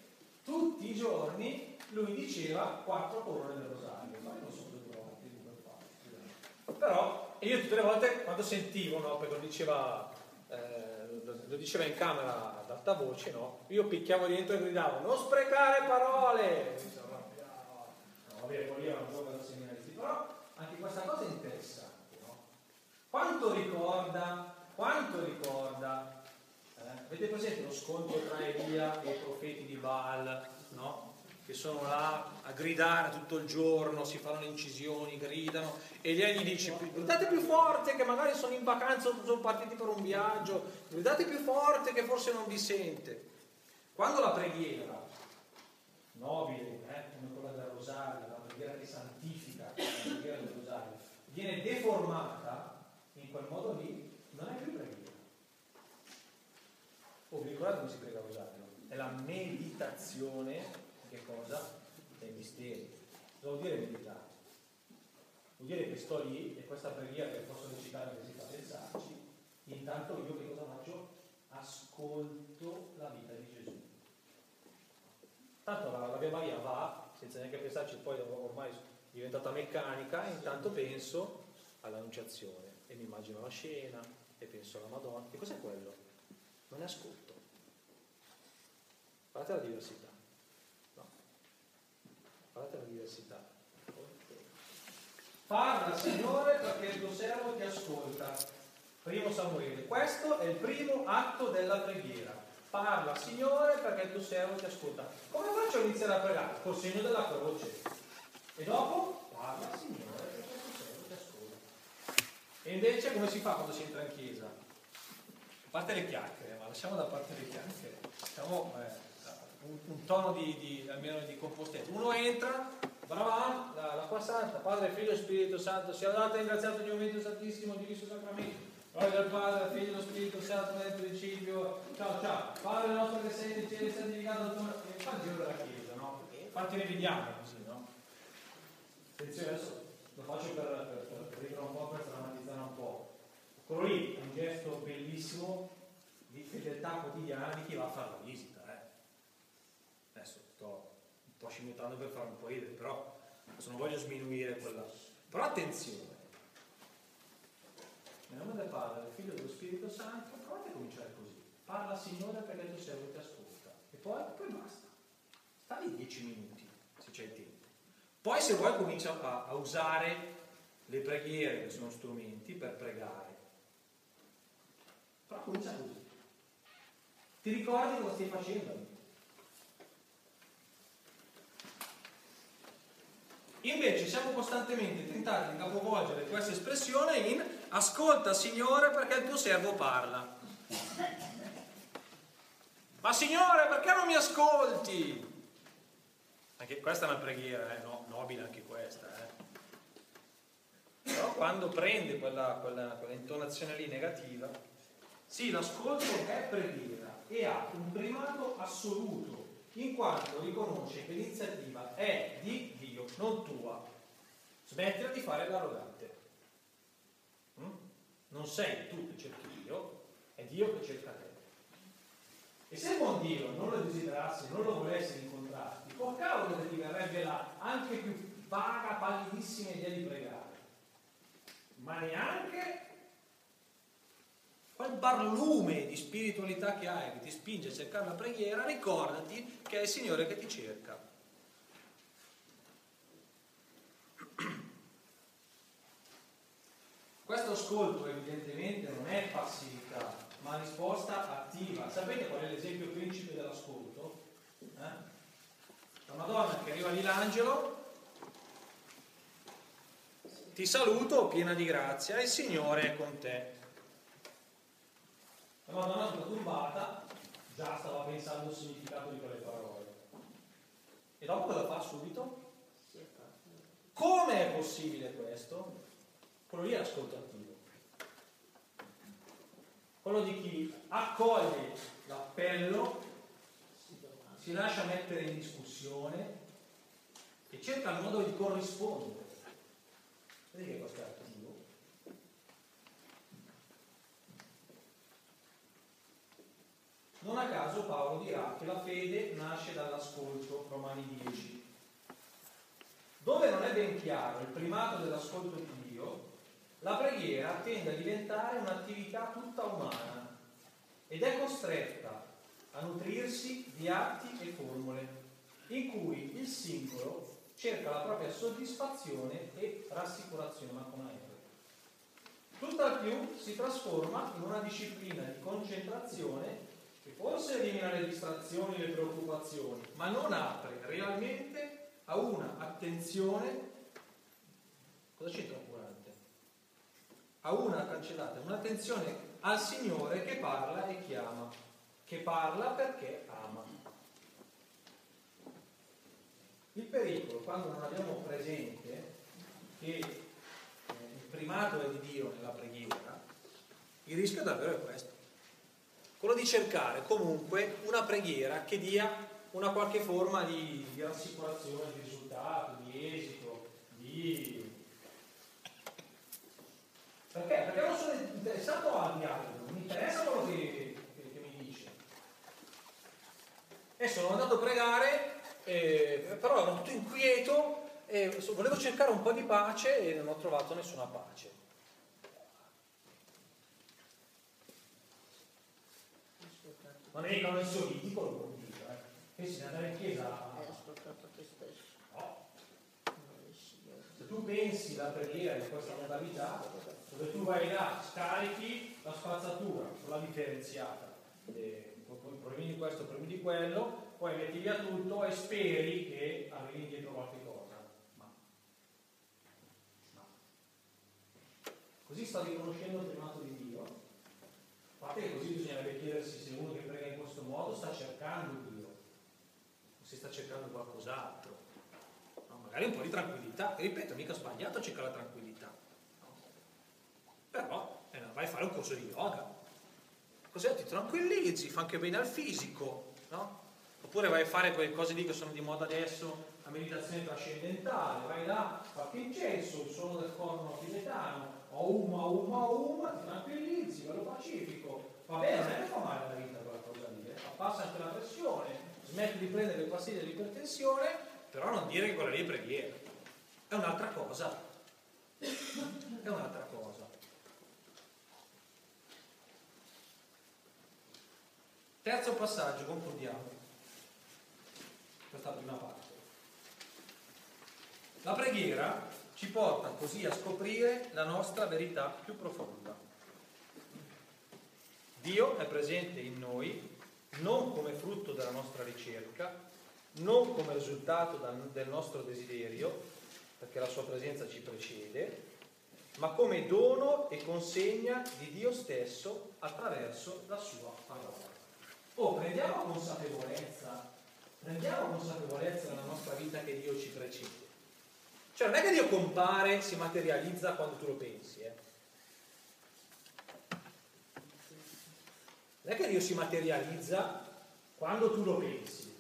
lui diceva 4 corone del rosario. Ma io non so dove trovate per fare. Però, e io tutte le volte quando sentivo, no, perché lo diceva in camera ad alta voce, no, io picchiavo dentro e gridavo non sprecare parole. No, vabbè, poi io non so cosa seminaristi, però anche questa cosa è interessante. Quanto ricorda, avete presente lo scontro tra Elia e i profeti di Baal, no? Che sono là a gridare tutto il giorno, si fanno le incisioni, gridano, e Elia gli dice gridate più forte che magari sono in vacanza o sono partiti per un viaggio, gridate più forte che forse non vi sente. Quando la preghiera nobile, come quella del rosario, la preghiera che santifica, la preghiera del rosario, viene deformata in quel modo lì, non è più preghiera. Vi ricordate come si prega il rosario? È la meditazione, che cosa? Dei misteri. Cosa vuol dire meditare? Vuol dire che sto lì e questa preghiera che posso recitare che si fa pensarci, intanto io che cosa faccio? Ascolto la vita di Gesù. Tanto l'Ave Maria va, senza neanche pensarci, poi ormai è diventata meccanica, e intanto penso all'Annunciazione e mi immagino la scena e penso alla Madonna. Che cos'è quello? Non è ascolto. Guardate la diversità. No. Guardate la diversità. Parla Signore perché il tuo servo ti ascolta. Primo Samuele. Questo è il primo atto della preghiera. Parla Signore perché il tuo servo ti ascolta. Come faccio a iniziare a pregare? Col segno della croce. E dopo? Parla Signore perché il tuo servo ti ascolta. E invece come si fa quando si entra in chiesa? A parte le chiacchiere, ma lasciamo da parte le chiacchiere. Facciamo un tono almeno di compostezza. Uno entra, brava, l'acqua santa, Padre, Figlio e Spirito Santo, sia lodato e ringraziato Dio Dio Santissimo, di Cristo Sacramento. Gloria al Padre, al Figlio e allo Spirito Santo, nel principio. Ciao. Padre nostro che sei nei cieli, santificato il tuo nome. Fa il giro della chiesa, no? Infatti ne vediamo così, no? Attenzione, adesso lo faccio per ridere un po', per drammatizzare un po'. Quello lì è un gesto bellissimo di fedeltà quotidiana di chi va a fare la visita. Adesso sto un po' scimmiottando per fare un po' ridere, però adesso non voglio sminuire quella. Però attenzione, nel nome del Padre, del Figlio e dello Spirito Santo, provate a cominciare così. Parla Signore perché il tuo servo ti ascolta. E poi basta. Sta lì 10 minuti, se c'è il tempo. Poi se vuoi comincia a usare le preghiere, che sono strumenti per pregare. Però comincia così. Ti ricordi cosa stai facendo? Invece siamo costantemente tentati di capovolgere questa espressione in ascolta Signore perché il tuo servo parla. Ma Signore perché non mi ascolti? Anche questa è una preghiera, no? Nobile anche questa. Però quando prende quella intonazione lì negativa, sì, l'ascolto è preghiera e ha un primato assoluto, in quanto riconosce che l'iniziativa è di Dio, non tua. Smettila di fare l'arrogante. Non sei tu che cerchi Dio, è Dio che cerca te. E se il buon Dio non lo desiderasse, non lo volesse incontrarti, con cavolo che ti verrebbe la anche più vaga, pallidissima idea di pregare, ma neanche quel barlume di spiritualità che hai, che ti spinge a cercare la preghiera, ricordati che è il Signore che ti cerca. Questo ascolto evidentemente non è passività, ma risposta attiva. Sapete qual è l'esempio principe dell'ascolto? La Madonna che arriva lì l'angelo, ti saluto piena di grazia, il Signore è con te. La Madonna tutta turbata, già stava pensando al significato di quelle parole. E dopo cosa fa subito? Come è possibile questo? Quello lì è ascolto attivo. Quello di chi accoglie l'appello, si lascia mettere in discussione e cerca il modo di corrispondere. Vedi che questo è attivo? Non a caso Paolo dirà che la fede nasce dall'ascolto, Romani 10. Dove non è ben chiaro il primato dell'ascolto di Dio, la preghiera tende a diventare un'attività tutta umana ed è costretta a nutrirsi di atti e formule in cui il singolo cerca la propria soddisfazione e rassicurazione, ma con aereo. Tutt'al più si trasforma in una disciplina di concentrazione che forse elimina le distrazioni e le preoccupazioni, ma non apre realmente a una attenzione. Cosa c'entra curante? A una cancellata, un'attenzione al Signore che parla e chiama, che parla perché ama. Il pericolo, quando non abbiamo presente che il primato è di Dio nella preghiera, il rischio davvero è questo. Quello di cercare comunque una preghiera che dia una qualche forma di rassicurazione, di risultato, di esito, di... Perché? Perché non sono interessato al dialogo, non mi interessa quello che mi dice. E sono andato a pregare, però ero tutto inquieto e volevo cercare un po' di pace e non ho trovato nessuna pace. Non è mica un solitico, lo può dire, pensi di andare in chiesa. Hai ascoltato te stesso. No. Se tu pensi la preghiera in questa modalità, dove tu vai là, scarichi la spazzatura con la differenziata, problemi di questo, problemi di quello, poi metti via tutto e speri che arrivi indietro qualche cosa. Ma no. Così sto riconoscendo il primato di Dio. A parte che così bisognerebbe chiedersi se uno che prega in questo modo sta cercando Dio o se sta cercando qualcos'altro. No, magari un po' di tranquillità. E ripeto, mica sbagliato cercare la tranquillità. No. Però vai a fare un corso di yoga. Così ti tranquillizzi, fa anche bene al fisico, no? Oppure vai a fare quelle cose lì che sono di moda adesso, la meditazione trascendentale, vai là, fatti incenso, il suono del corno tibetano, ti tranquillizzi, bello pacifico. Va bene, non è che fa male alla vita quella cosa lì, abbassa anche la pressione, smetti di prendere le pastiglie dell'ipertensione, però non dire che quella lì è preghiera. È un'altra cosa. È un'altra cosa. Terzo passaggio, concludiamo questa prima parte. La preghiera ci porta così a scoprire la nostra verità più profonda. Dio è presente in noi non come frutto della nostra ricerca, non come risultato del nostro desiderio, perché la sua presenza ci precede, ma come dono e consegna di Dio stesso attraverso la sua parola. Prendiamo consapevolezza nella nostra vita che Dio ci precede. Cioè non è che Dio compare, si materializza quando tu lo pensi. Non è che Dio si materializza quando tu lo pensi.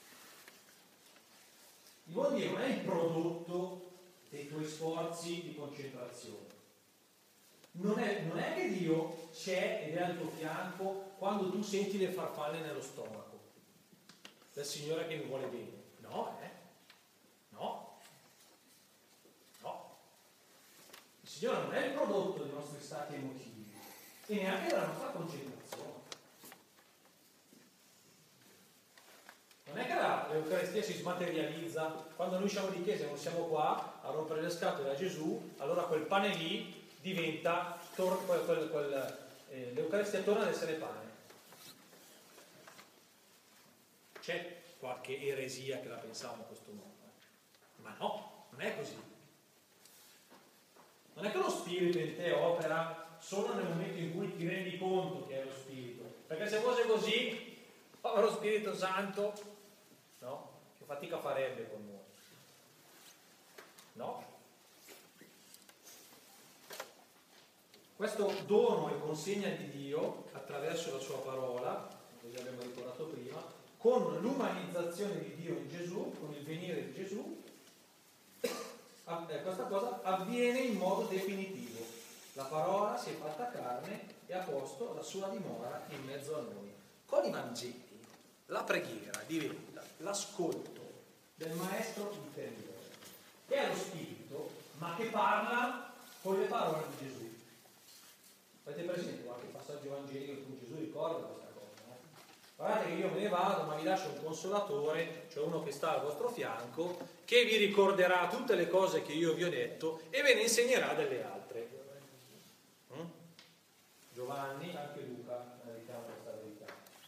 Il buon Dio non è il prodotto dei tuoi sforzi di concentrazione. Non è che Dio c'è ed è al tuo fianco quando tu senti le farfalle nello stomaco del Signore che mi vuole bene. No, no. Il Signore non è il prodotto dei nostri stati emotivi e neanche della nostra concentrazione. Non è che l'Eucaristia si smaterializza quando noi usciamo di chiesa e non siamo qua a rompere le scatole a Gesù, allora quel pane lì diventa, l'Eucaristia torna ad essere pane. C'è qualche eresia che la pensiamo in questo modo, ma no, non è così. Non è che lo Spirito in te opera solo nel momento in cui ti rendi conto che è lo Spirito, perché se fosse così, povero Spirito Santo, no? Che fatica farebbe con noi. No? Questo dono e consegna di Dio attraverso la sua parola, come abbiamo ricordato prima, con l'umanizzazione di Dio in Gesù, con il venire di Gesù, questa cosa avviene in modo definitivo. La parola si è fatta carne e ha posto la sua dimora in mezzo a noi. Con i Vangeli la preghiera diventa l'ascolto del Maestro interiore, che è lo Spirito, ma che parla con le parole di Gesù. Avete presente qualche passaggio evangelico in cui Gesù ricorda questa cosa? No? Guardate che io me ne vado, ma vi lascio un consolatore, cioè uno che sta al vostro fianco, che vi ricorderà tutte le cose che io vi ho detto e ve ne insegnerà delle altre. Giovanni, anche Luca, diciamo questa verità.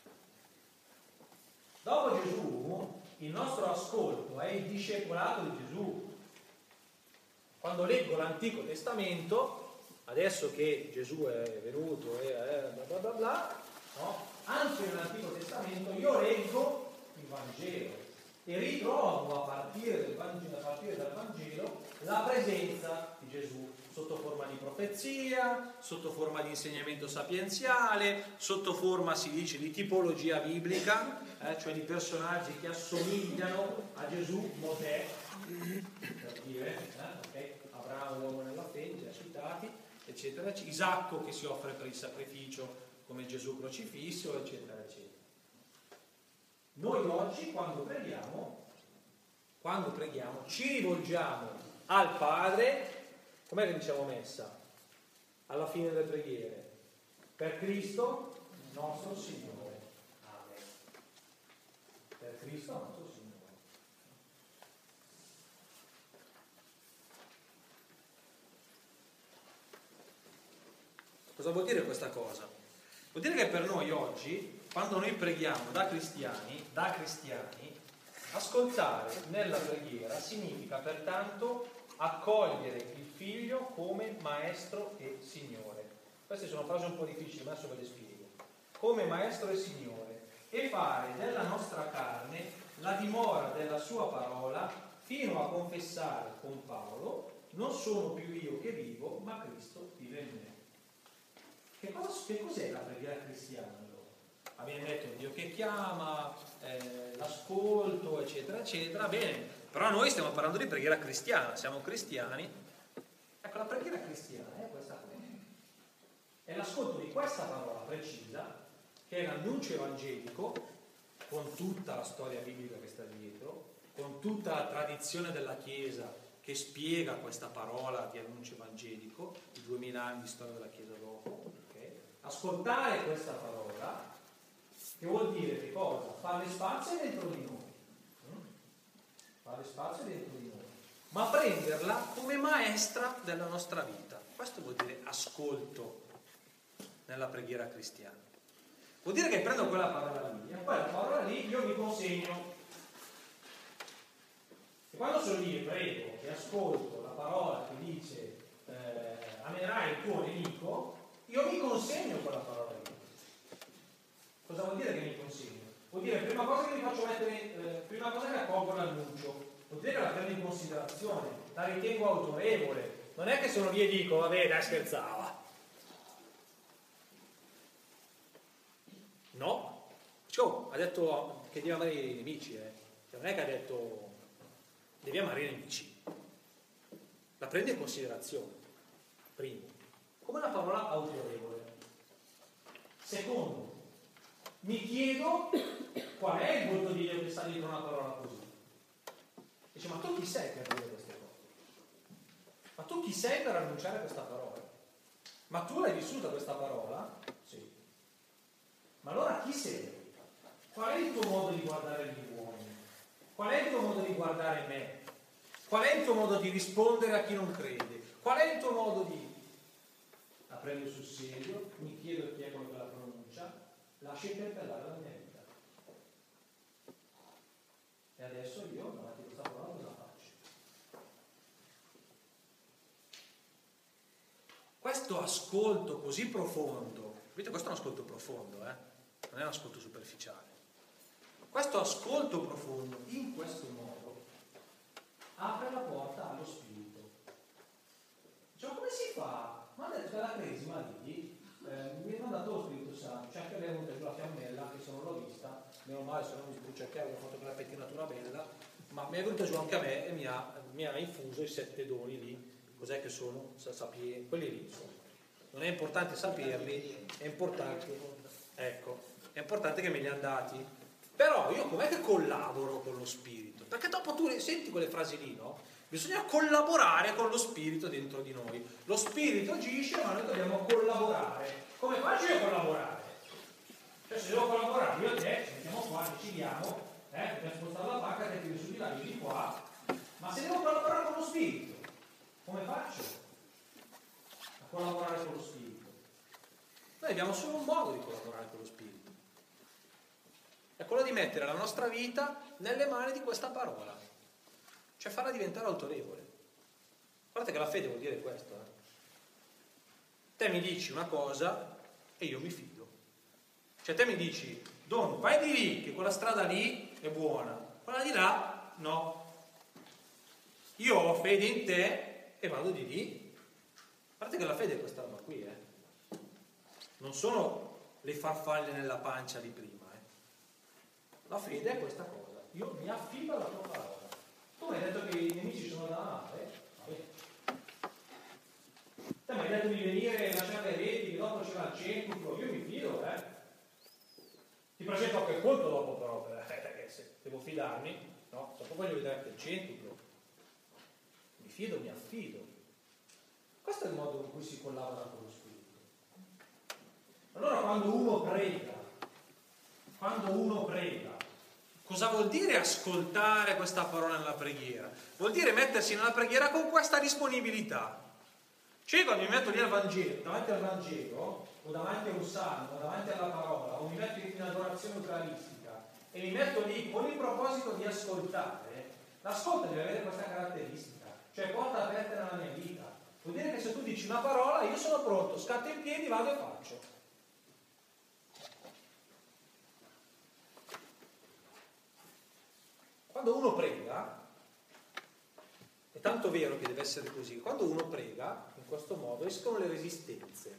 Dopo Gesù, il nostro ascolto è il discepolato di Gesù. Quando leggo l'Antico Testamento, adesso che Gesù è venuto e bla bla bla bla, no? Anche nell'Antico Testamento io leggo il Vangelo e ritrovo a partire dal Vangelo la presenza di Gesù sotto forma di profezia, sotto forma di insegnamento sapienziale, sotto forma, si dice, di tipologia biblica, cioè di personaggi che assomigliano a Gesù, Mosè, per dire, okay? Abramo, uomo nella fede, già citati, eccetera, Isacco che si offre per il sacrificio come Gesù crocifisso, eccetera, eccetera. Noi oggi quando preghiamo ci rivolgiamo al Padre. Com'è che diciamo messa? Alla fine delle preghiere. Per Cristo nostro Signore. Amen. Per Cristo nostro Signore. Cosa vuol dire questa cosa? Vuol dire che per noi oggi, quando noi preghiamo da cristiani, ascoltare nella preghiera significa pertanto accogliere il Figlio come Maestro e Signore. Queste sono frasi un po' difficili, ma adesso ve le spiego. Come Maestro e Signore, e fare della nostra carne la dimora della sua parola, fino a confessare con Paolo: non sono più io che vivo, ma Cristo vive in me. Che cos'è la preghiera cristiana allora? Abbiamo detto Dio che chiama, l'ascolto, eccetera, eccetera. Bene, però noi stiamo parlando di preghiera cristiana, siamo cristiani. Ecco, la preghiera cristiana è questa cosa. È l'ascolto di questa parola precisa, che è l'annuncio evangelico, con tutta la storia biblica che sta dietro, con tutta la tradizione della Chiesa che spiega questa parola di annuncio evangelico, i 2000 anni di storia della Chiesa dopo. Okay? Ascoltare questa parola, che vuol dire che cosa? Fare spazio dentro di noi. Fare spazio dentro di noi. Ma prenderla come maestra della nostra vita. Questo vuol dire ascolto nella preghiera cristiana. Vuol dire che prendo quella parola lì, e quella parola lì io mi consegno. E quando sono lì e prego e ascolto la parola che dice amerai il tuo nemico, io mi consegno quella parola lì. Cosa vuol dire che mi consegno? Vuol dire prima cosa che mi faccio mettere, prima cosa che accolgo l'annuncio, vuol dire che la prendo in considerazione, la ritengo autorevole. Non è che sono lì e dico vabbè dai scherzava. No, ha detto che devi amare i nemici, non è che ha detto devi amare i nemici. La prende in considerazione, primo. come una parola autorevole. Secondo, mi chiedo qual è il volto di Dio che sta dietro una parola così. Dice, ma tu chi sei per dire queste cose? Ma tu chi sei per annunciare questa parola? Ma tu l'hai vissuta questa parola? Sì. Ma allora chi sei? Qual è il tuo modo di guardare gli uomini? Qual è il tuo modo di guardare me? Qual è il tuo modo di rispondere a chi non crede? Qual è il tuo modo di... La prendo sul serio, mi chiedo chi è quello che la pronuncia, lascio interpellare la mia vita. E adesso io, davanti a questa parola, cosa faccio? Questo ascolto così profondo, vedete, questo è un ascolto profondo, non è un ascolto superficiale. Questo ascolto profondo, in questo modo, apre la porta allo spirito. Cioè, come si fa? Ma ha detto che la cresima lì mi ha mandato lo Spirito Santo, cioè che abbiamo venuta giù la fiammella, che se non l'ho vista, meno male, se non mi sbrucia che avevo fatto quella pettinatura bella, ma mi è venuta giù anche a me e mi ha infuso i 7 doni lì. Cos'è che sono? Sapere, quelli lì sono. Non è importante saperli, è importante, ecco, è importante che me li hanno dati. Però io com'è che collaboro con lo Spirito? Perché dopo tu senti quelle frasi lì, no? Bisogna collaborare con lo Spirito dentro di noi. Lo Spirito agisce, ma noi dobbiamo collaborare. Come faccio io a collaborare? Cioè, se devo collaborare, io e te, ci mettiamo qua, decidiamo, dobbiamo spostare la pacca, te tiri su di là, io di qua. Ma se devo collaborare con lo Spirito, come faccio a collaborare con lo Spirito? Noi abbiamo solo un modo di collaborare con lo Spirito. È quello di mettere la nostra vita nelle mani di questa parola. Cioè farla diventare autorevole. Guardate che la fede vuol dire questo. Te mi dici una cosa e io mi fido. Cioè te mi dici, Don, vai di lì, che quella strada lì è buona, quella di là no. Io ho fede in te e vado di lì. Guardate che la fede è questa roba qui, non sono le farfalle nella pancia di prima. La fede è questa cosa. Io mi affido alla tua parola. Tu mi hai detto che i nemici sono da amare? Te mi hai detto di venire a lasciare le reti, che dopo c'era il centro. Io mi fido, Ti presento anche il conto dopo, però, perché se devo fidarmi, no? Dopo voglio vedere anche il centro. Mi fido, mi affido. Questo è il modo in cui si collabora con lo Spirito. Allora quando uno prega, cosa vuol dire ascoltare questa parola nella preghiera? Vuol dire mettersi nella preghiera con questa disponibilità. Cioè quando mi metto lì davanti al Vangelo, o davanti a un salmo, o davanti alla parola, o mi metto in adorazione eucaristica, e mi metto lì con il proposito di ascoltare, l'ascolto deve avere questa caratteristica, cioè porta aperte nella mia vita. Vuol dire che se tu dici una parola, io sono pronto, scatto in piedi, vado e faccio. Quando uno prega, è tanto vero che deve essere così, quando uno prega, in questo modo, escono le resistenze.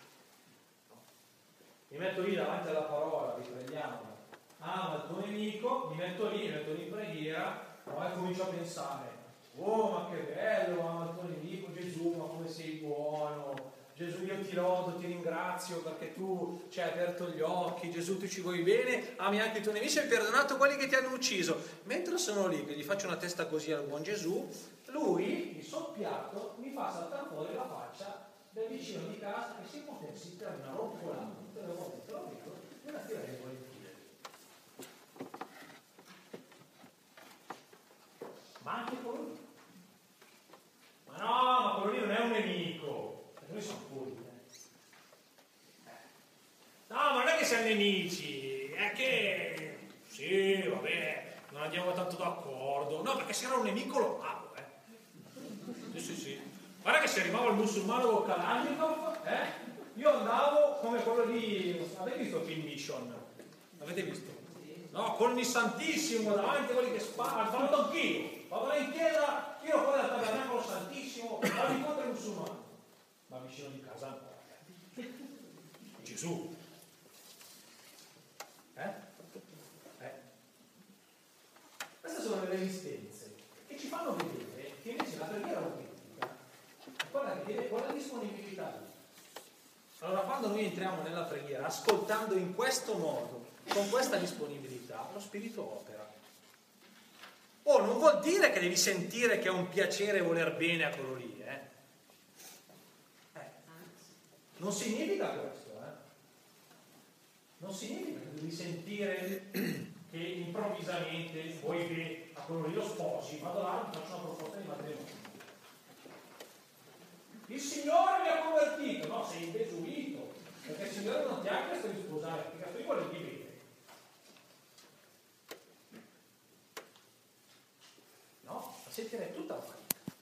Mi metto lì davanti alla parola, riprendiamo, ama il tuo nemico, mi metto lì in preghiera, e comincio a pensare, oh ma che bello, ama il tuo nemico, Gesù, ma come sei buono, Gesù io ti lodo, ti ringrazio perché tu ci hai aperto gli occhi, Gesù tu ci vuoi bene, ami anche i tuoi nemici e hai perdonato quelli che ti hanno ucciso. Mentre sono lì che gli faccio una testa così al buon Gesù, lui, il soppiatto, mi fa saltare fuori la faccia del vicino di casa che si potessi per una rompola, tutte le volte te lo dico, me la tirerei volentieri. Ma anche quello lì. Ma no, ma quello lì non è un nemico, perché noi siamo puri. No, ma non è che siamo nemici, è che sì, vabbè, non andiamo tanto d'accordo. No, perché se era un nemico lo amavo, Sì. Guarda che se arrivavo al musulmano con Kalashnikov, io andavo come quello di... Avete visto il film Mission? L'avete visto? No, con il Santissimo davanti a quelli che sparano, fatto anch'io. Vado là in chiesa, tiro fuori dal tabernacolo Santissimo, vado incontro ai musulmani. Ma vicino di casa ancora. Gesù. Queste sono le resistenze che ci fanno vedere che invece la preghiera autentica è quella che deve con la disponibilità. Allora, quando noi entriamo nella preghiera, ascoltando in questo modo, con questa disponibilità, lo Spirito opera. Non vuol dire che devi sentire che è un piacere voler bene a quello lì, Non significa questo, Non significa che devi sentire che improvvisamente vuoi bene a quello lì, lo sposi, vado là e faccio una proposta di matrimonio. Il Signore mi ha convertito, no, sei impesulito, perché il Signore non ti ha chiesto di sposare, ti ha chiesto di volerti bene. No, la sentirei tutta la fatica.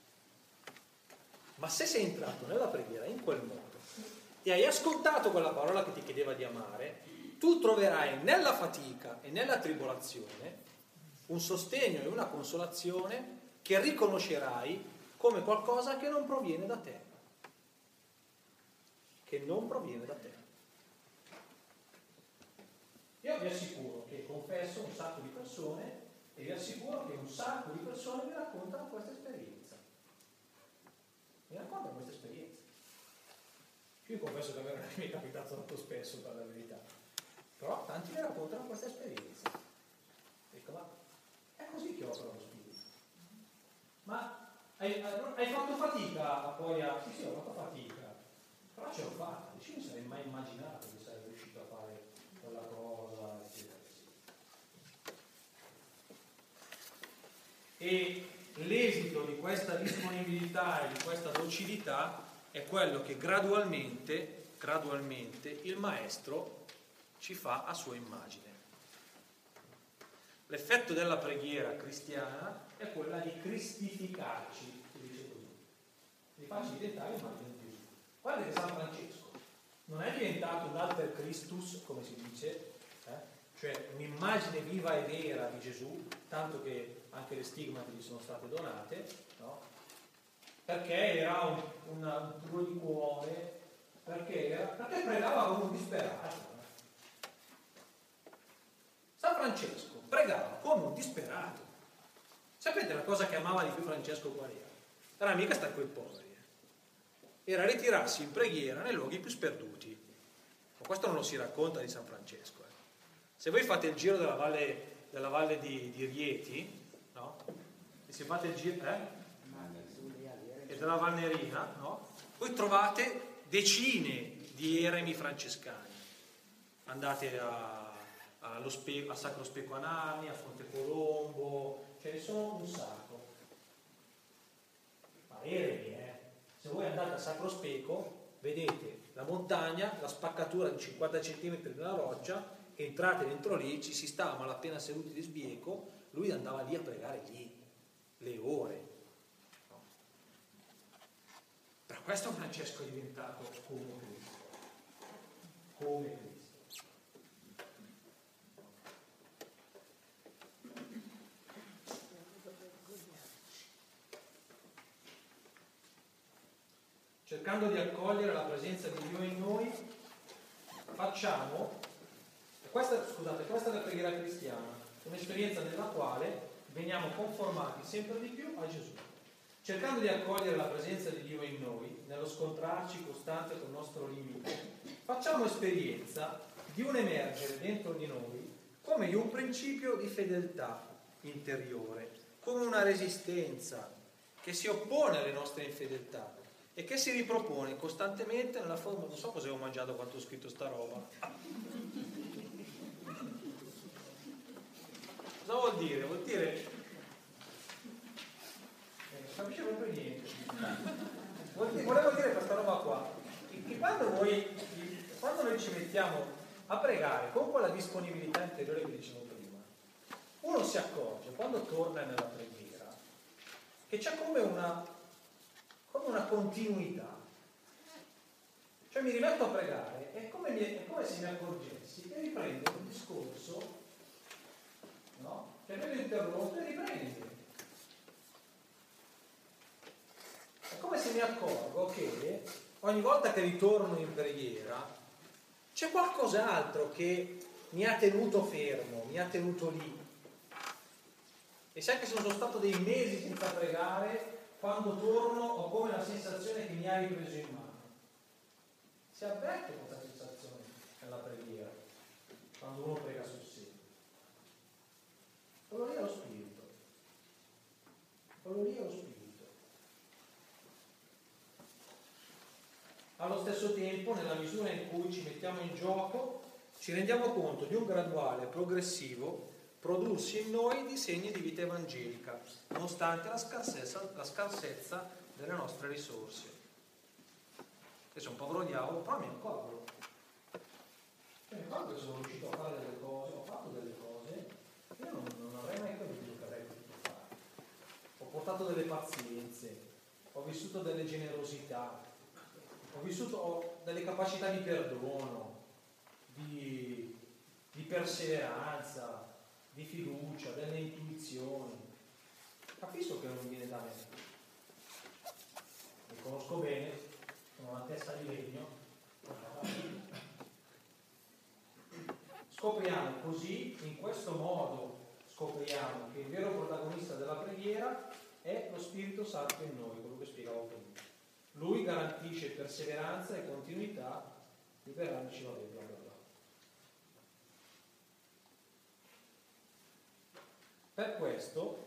Ma se sei entrato nella preghiera in quel modo e hai ascoltato quella parola che ti chiedeva di amare, tu troverai nella fatica e nella tribolazione un sostegno e una consolazione che riconoscerai come qualcosa che non proviene da te. Che non proviene da te. Io vi assicuro che confesso un sacco di persone e vi assicuro che un sacco di persone mi raccontano questa esperienza. Mi raccontano questa esperienza. Io confesso che a me non è mai capitato tanto spesso, per la verità. Però tanti mi raccontano questa esperienza. Ecco, ma è così che opera lo Spirito. Ma hai fatto fatica poi a... Sì, ho fatto fatica. Però ce l'ho fatta. Io non sarei mai immaginato di essere riuscito a fare quella cosa, eccetera. E l'esito di questa disponibilità e di questa docilità è quello che gradualmente il maestro ci fa a sua immagine. L'effetto della preghiera cristiana è quella di cristificarci, si dice così, di farci diventare immagine di Gesù. Guarda che San Francesco non è diventato un alter Christus, come si dice, cioè un'immagine viva e vera di Gesù, tanto che anche le stigmate gli sono state donate, no? Perché era un tuo di cuore, perché pregava come un disperato. San Francesco pregava come un disperato. Sapete la cosa che amava di più Francesco qual era? Era mica stare coi poveri, era ritirarsi in preghiera nei luoghi più sperduti. Ma questo non lo si racconta di San Francesco. Se voi fate il giro della valle di Rieti, no? E se fate il giro e della Valnerina, no? Voi trovate decine di eremi francescani. Andate a Sacro Speco a Narni, a Fonte Colombo, ce ne sono un sacco. Ma eremi, Se voi andate a Sacro Speco, vedete la montagna, la spaccatura di 50 cm della roccia, entrate dentro lì, ci si sta a malapena seduti di sbieco, lui andava lì a pregare lì, le ore. No? Per questo Francesco è diventato come Cristo. Come Cristo. Cercando di accogliere la presenza di Dio in noi, facciamo, questa è la preghiera cristiana, un'esperienza nella quale veniamo conformati sempre di più a Gesù. Cercando di accogliere la presenza di Dio in noi, nello scontrarci costante col nostro limite, facciamo esperienza di un emergere dentro di noi come di un principio di fedeltà interiore, come una resistenza che si oppone alle nostre infedeltà e che si ripropone costantemente nella forma, non so cosa ho mangiato quando ho scritto sta roba. Cosa vuol dire? Vuol dire non capisce proprio niente. Volevo dire questa roba qua, che quando noi ci mettiamo a pregare con quella disponibilità interiore che dicevo prima, uno si accorge quando torna nella preghiera che c'è come una continuità. Cioè mi rimetto a pregare, è come se mi accorgessi che riprende un discorso, no? Che avevo interrotto e riprende. È come se mi accorgo che ogni volta che ritorno in preghiera c'è qualcos'altro che mi ha tenuto fermo, mi ha tenuto lì. E sai che sono stato dei mesi senza pregare, quando torno ho come la sensazione che mi ha ripreso in mano. Si avverte questa sensazione nella preghiera, quando uno prega sul serio. Quello lì è lo spirito. Quello lì è lo spirito. Allo stesso tempo, nella misura in cui ci mettiamo in gioco, ci rendiamo conto di un graduale, progressivo prodursi in noi di segni di vita evangelica, nonostante la scarsezza delle nostre risorse. Io sono un povero diavolo, però mi accorgo. Mi accorgo che sono riuscito a fare delle cose, ho fatto delle cose che io non avrei mai capito che avrei potuto fare. Ho portato delle pazienze, ho vissuto delle generosità, ho delle capacità di perdono, di perseveranza, di fiducia, delle intuizioni. Capisco che non viene da me. Mi conosco bene, sono una testa di legno. Scopriamo così, in questo modo, scopriamo che il vero protagonista della preghiera è lo Spirito Santo in noi, quello che spiegavo prima. Lui garantisce perseveranza e continuità, liberandoci la bla bla bla. Per questo,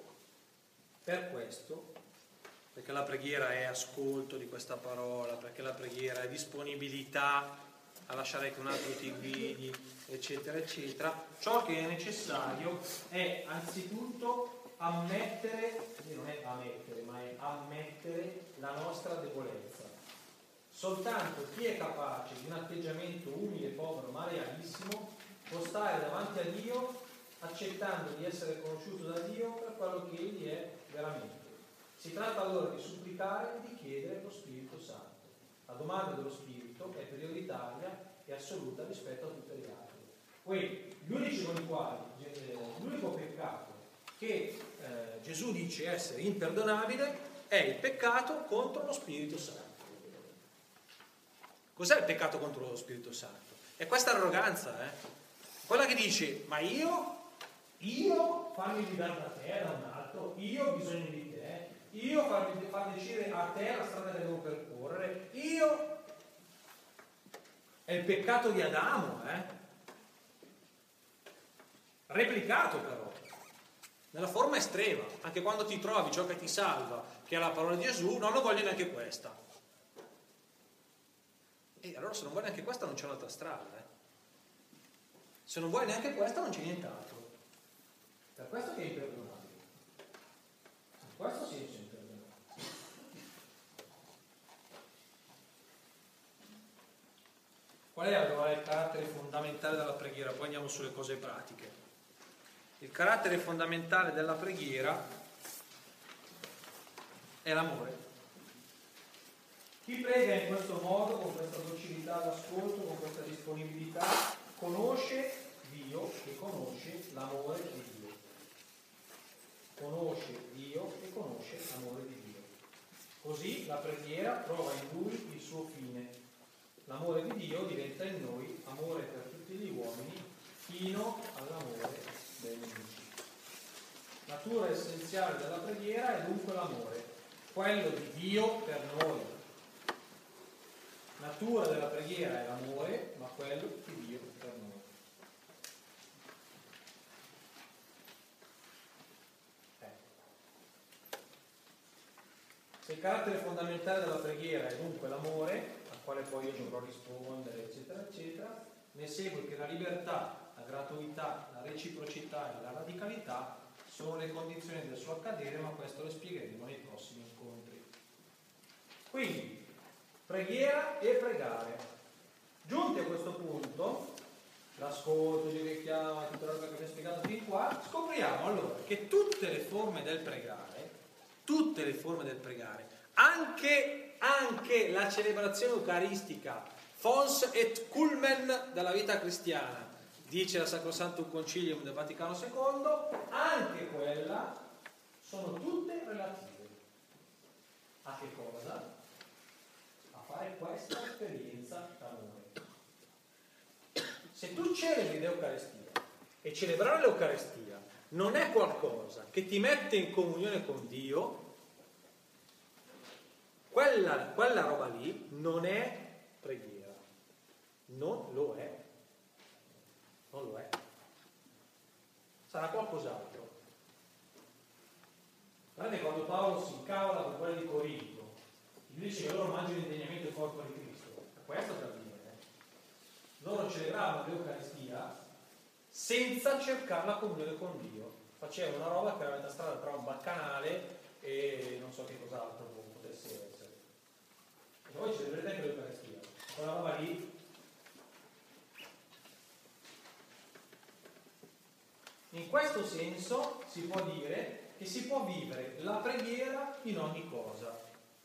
perché la preghiera è ascolto di questa parola, perché la preghiera è disponibilità a lasciare che un altro ti guidi, eccetera, eccetera, ciò che è necessario è anzitutto ammettere, non è ammettere, ma è ammettere la nostra debolezza. Soltanto chi è capace di un atteggiamento umile, povero, ma realissimo può stare davanti a Dio accettando di essere conosciuto da Dio per quello che Egli è veramente. Si tratta allora di supplicare e di chiedere lo Spirito Santo. La domanda dello Spirito è prioritaria e assoluta rispetto a tutte le altre. Gli unici con i quali, l'unico peccato che Gesù dice essere imperdonabile è il peccato contro lo Spirito Santo. Cos'è il peccato contro lo Spirito Santo? È questa arroganza, quella che dice: ma io farmi guidare da te, da un altro, io ho bisogno di te, io far decidere a te la strada che devo percorrere, io. È il peccato di Adamo, replicato però nella forma estrema. Anche quando ti trovi ciò che ti salva, che è la parola di Gesù, non lo voglio neanche questa. E allora se non vuoi neanche questa non c'è un'altra strada, se non vuoi neanche questa non c'è nient'altro. Per questo che è imperdonabile. In questo senso è imperdonabile. Qual è allora il carattere fondamentale della preghiera? Poi andiamo sulle cose pratiche. Il carattere fondamentale della preghiera è l'amore. Chi prega in questo modo, con questa docilità d'ascolto, con questa disponibilità, conosce Dio e conosce l'amore di Dio. Conosce Dio e conosce l'amore di Dio. Così la preghiera trova in lui il suo fine. L'amore di Dio diventa in noi amore per tutti gli uomini, fino all'amore dei nemici. Natura essenziale della preghiera è dunque l'amore, quello di Dio per noi. Natura della preghiera è l'amore, ma quello di Dio per noi. Se il carattere fondamentale della preghiera è dunque l'amore, al quale poi io dovrò rispondere, eccetera, eccetera, ne segue che la libertà, la gratuità, la reciprocità e la radicalità sono le condizioni del suo accadere, ma questo lo spiegheremo nei prossimi incontri. Quindi, preghiera e pregare. Giunti a questo punto, l'ascolto, il richiamo, tutta la roba che vi ho spiegato fin qua, scopriamo allora che tutte le forme del pregare, anche la celebrazione eucaristica, fons et culmen della vita cristiana, dice la Sacrosanctum Concilium del Vaticano II, anche quella sono tutte relative. A che cosa? A fare questa esperienza d'amore. Se tu celebri l'Eucaristia e celebrare l'Eucaristia non è qualcosa che ti mette in comunione con Dio, quella roba lì non è preghiera. Non lo è. Non lo è. Sarà qualcos'altro. Guardate quando Paolo si incavola con quelli di Corinto, gli dice che loro mangiano indegnamente il corpo di Cristo. Questo per dire. Loro celebravano l'Eucaristia senza cercare la comunione con Dio. Facevano una roba che era a metà strada tra un baccanale e non so che cos'altro potesse essere. E voi celebrate anche l'Eucaristia. Quella roba lì. In questo senso si può dire che si può vivere la preghiera in ogni cosa.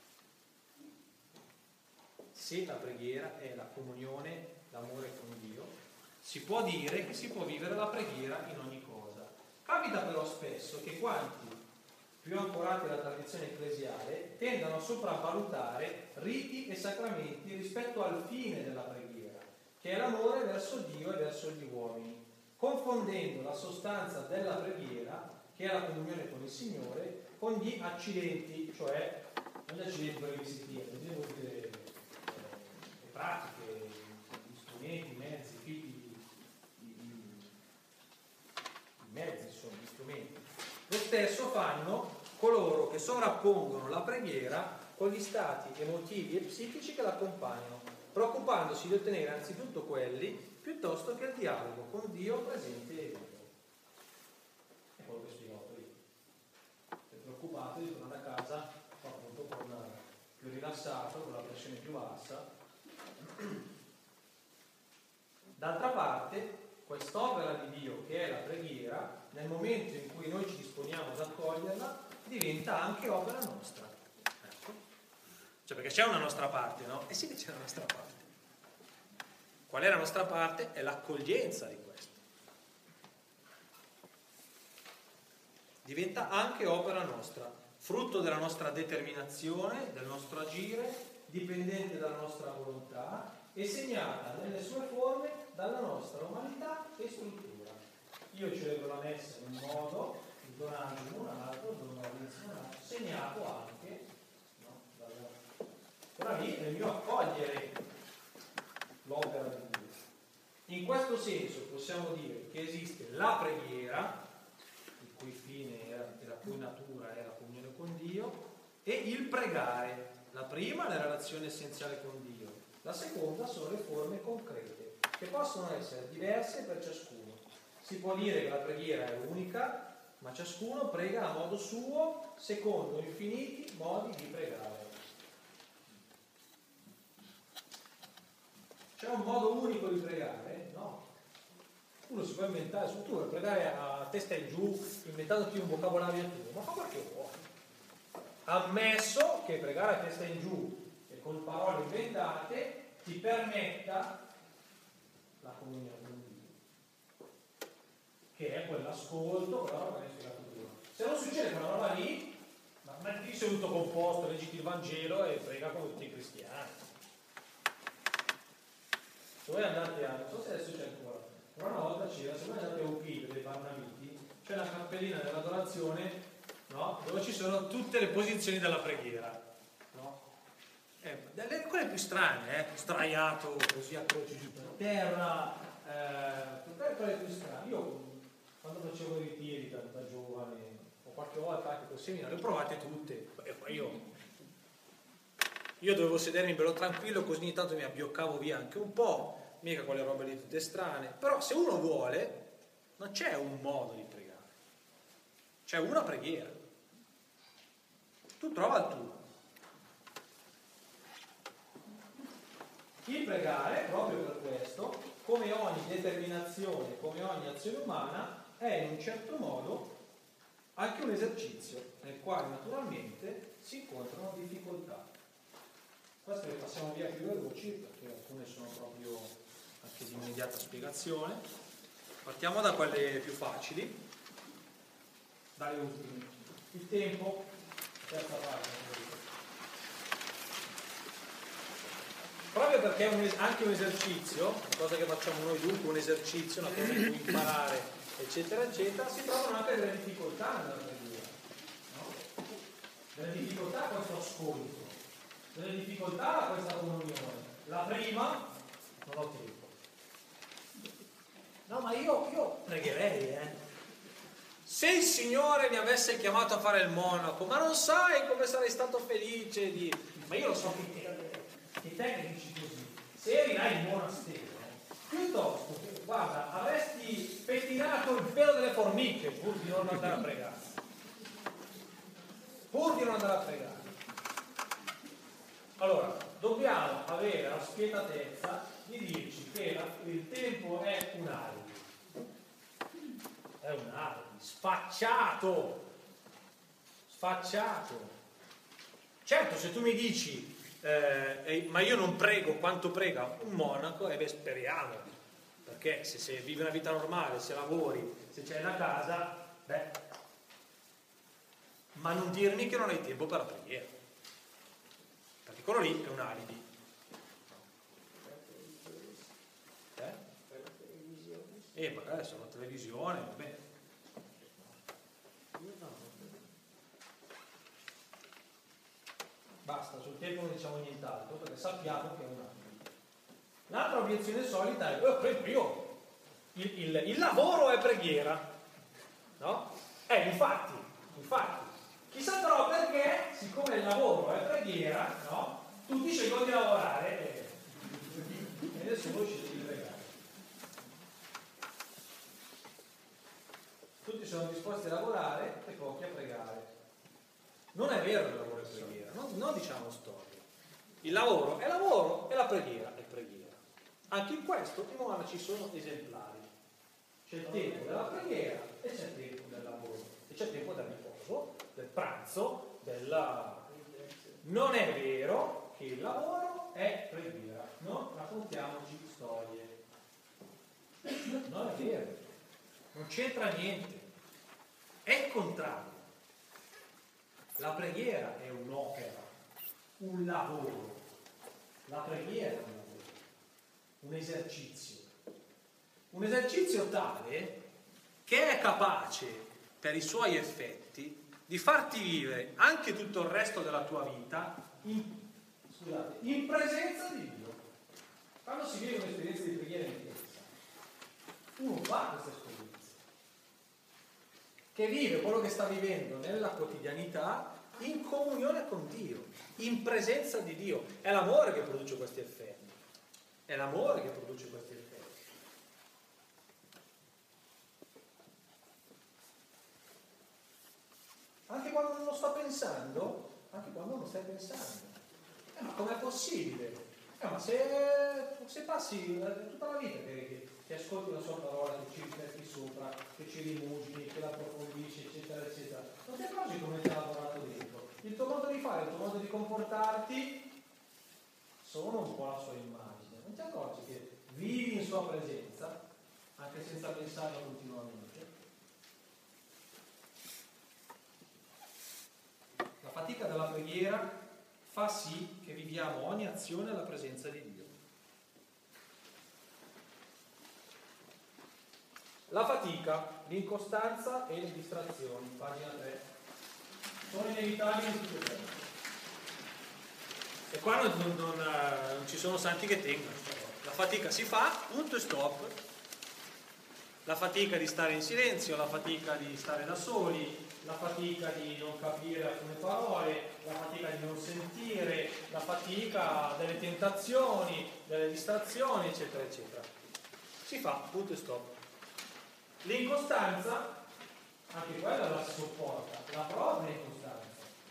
Se la preghiera è la comunione, l'amore con Dio, si può dire che si può vivere la preghiera in ogni cosa. Capita però spesso che quanti più ancorati alla tradizione ecclesiale tendano a sopravvalutare riti e sacramenti rispetto al fine della preghiera, che è l'amore verso Dio e verso gli uomini, confondendo la sostanza della preghiera, che è la comunione con il Signore, con gli accidenti, cioè non gli accidenti per le visitiere, le pratiche, gli strumenti, i mezzi, i mezzi sono gli strumenti. Lo stesso fanno coloro che sovrappongono la preghiera con gli stati emotivi e psichici che l'accompagnano, preoccupandosi di ottenere anzitutto quelli piuttosto che il dialogo con Dio presente e vivo. È quello che spiegavo prima. Sei preoccupato di tornare a casa appunto più rilassato, con la pressione più bassa. D'altra parte, quest'opera di Dio che è la preghiera, nel momento in cui noi ci disponiamo ad accoglierla, diventa anche opera nostra. Ecco. Cioè, perché c'è una nostra parte, no? E sì che c'è una nostra parte. Qual è la nostra parte? È l'accoglienza di questo. Diventa anche opera nostra, frutto della nostra determinazione, del nostro agire, dipendente dalla nostra volontà e segnata nelle sue forme dalla nostra umanità e struttura. Io celebro la messa in un modo, il donaggio in un altro, il donaggio in un altro, segnato anche, no, però lì è il mio accogliere l'opera di Dio. In questo senso possiamo dire che esiste la preghiera, il cui fine e la cui natura è la comunione con Dio, e il pregare. La prima è la relazione essenziale con Dio, la seconda sono le forme concrete, che possono essere diverse per ciascuno. Si può dire che la preghiera è unica, ma ciascuno prega a modo suo, secondo infiniti modi di pregare. C'è un modo unico di pregare? No. Uno si può inventare, tu vuoi pregare a testa in giù, inventandoti un vocabolario tuo, ma fa quel che vuoi. Ammesso che pregare a testa in giù e con parole inventate ti permetta la comunione con Dio, che è quell'ascolto, quella roba che hai spiegato prima. Se non succede quella roba lì, ma mettiti seduto composto, leggiti il Vangelo e prega come tutti i cristiani. Se voi andate a, non so se adesso c'è ancora, però una volta c'era, se voi andate a Euclide dei Barnabiti, c'è la cappellina dell'adorazione, no? Dove ci sono tutte le posizioni della preghiera, no? Quelle più strane, sdraiato così a croce giù per terra, quelle più strane. Io quando facevo i ritiri da giovane, o qualche volta anche col seminario, le ho provate tutte. E poi io dovevo sedermi bello tranquillo, così ogni tanto mi abbioccavo via anche un po', mica quelle robe lì tutte strane. Però se uno vuole, non c'è un modo di pregare, c'è una preghiera. Tu trova il tuo. Il pregare, proprio per questo, come ogni determinazione, come ogni azione umana, è in un certo modo anche un esercizio nel quale naturalmente si incontrano difficoltà. Queste le passiamo via più veloci perché alcune sono proprio anche di immediata spiegazione. Partiamo da quelle più facili, dalle ultime. Il tempo, terza parte. Proprio perché è anche un esercizio, una cosa che facciamo noi dunque, un esercizio, una cosa in cui imparare, eccetera, eccetera, si trovano anche delle difficoltà nella preghiera, no? Delle difficoltà a questo ascolto, delle difficoltà a questa comunione. La prima non ho tempo. No, ma io pregherei, Se il Signore mi avesse chiamato a fare il monaco, ma non sai come sarei stato felice di... Ma io lo so che te che dici così, se eri là in monastero, piuttosto, guarda, avresti pettinato il pelo delle formiche pur di non andare a pregare. Pur di non andare a pregare. Allora, dobbiamo avere la spietatezza di dirci che il tempo è un alibi. È un alibi. Sfacciato. Certo, se tu mi dici ma io non prego quanto prega un monaco, beh, speriamo, perché se vivi una vita normale, se lavori, se c'hai la casa, beh, ma non dirmi che non hai tempo per la preghiera, perché quello lì è un alibi. Magari sono la televisione, vabbè. Basta, sul tempo non diciamo nient'altro, perché sappiamo che è un alibi. L'altra obiezione solita è il lavoro è preghiera, no? Infatti, chissà però perché, siccome il lavoro è preghiera, no? Tutti scelgono di lavorare e nessuno sceglie di pregare. Tutti sono disposti a lavorare e pochi a pregare. Non è vero che il lavoro è preghiera, non diciamo storie. Il lavoro è lavoro e la preghiera è preghiera. Anche in questo i monaci sono esemplari. C'è il tempo della preghiera e c'è il tempo del lavoro. E c'è il tempo del riposo, del pranzo, Non è vero che il lavoro è preghiera. Non raccontiamoci storie. Non è vero. Non c'entra niente. È il contrario. La preghiera è un'opera, un lavoro. La preghiera è un lavoro, un esercizio. Un esercizio tale che è capace, per i suoi effetti, di farti vivere anche tutto il resto della tua vita in presenza di Dio. Quando si vive un'esperienza di preghiera intensa, uno fa questa esperienza, che vive quello che sta vivendo nella quotidianità in comunione con Dio, in presenza di Dio. È l'amore che produce questi effetti. È l'amore che produce questi effetti. Anche quando non lo sto pensando, anche quando non stai pensando. Ma com'è possibile? Ma se passi tutta la vita che ascolti la sua parola, che ci rifletti sopra, che ci rimugini, che la approfondisci, eccetera, eccetera, non ti accorgi come ti ha lavorato dentro. Il tuo modo di fare, il tuo modo di comportarti sono un po' la sua immagine. Non ti accorgi che vivi in sua presenza, anche senza pensarlo continuamente. La fatica della preghiera fa sì che viviamo ogni azione alla presenza di Dio. La fatica, l'incostanza e le distrazioni, pagina 3, sono inevitabili in tutte e tre. E qua non ci sono santi che tengono. La fatica si fa, punto e stop. La fatica di stare in silenzio, la fatica di stare da soli, la fatica di non capire alcune parole, la fatica di non sentire, la fatica delle tentazioni, delle distrazioni, eccetera, eccetera. Si fa, punto e stop. L'incostanza, anche quella la si sopporta, la propria incostanza.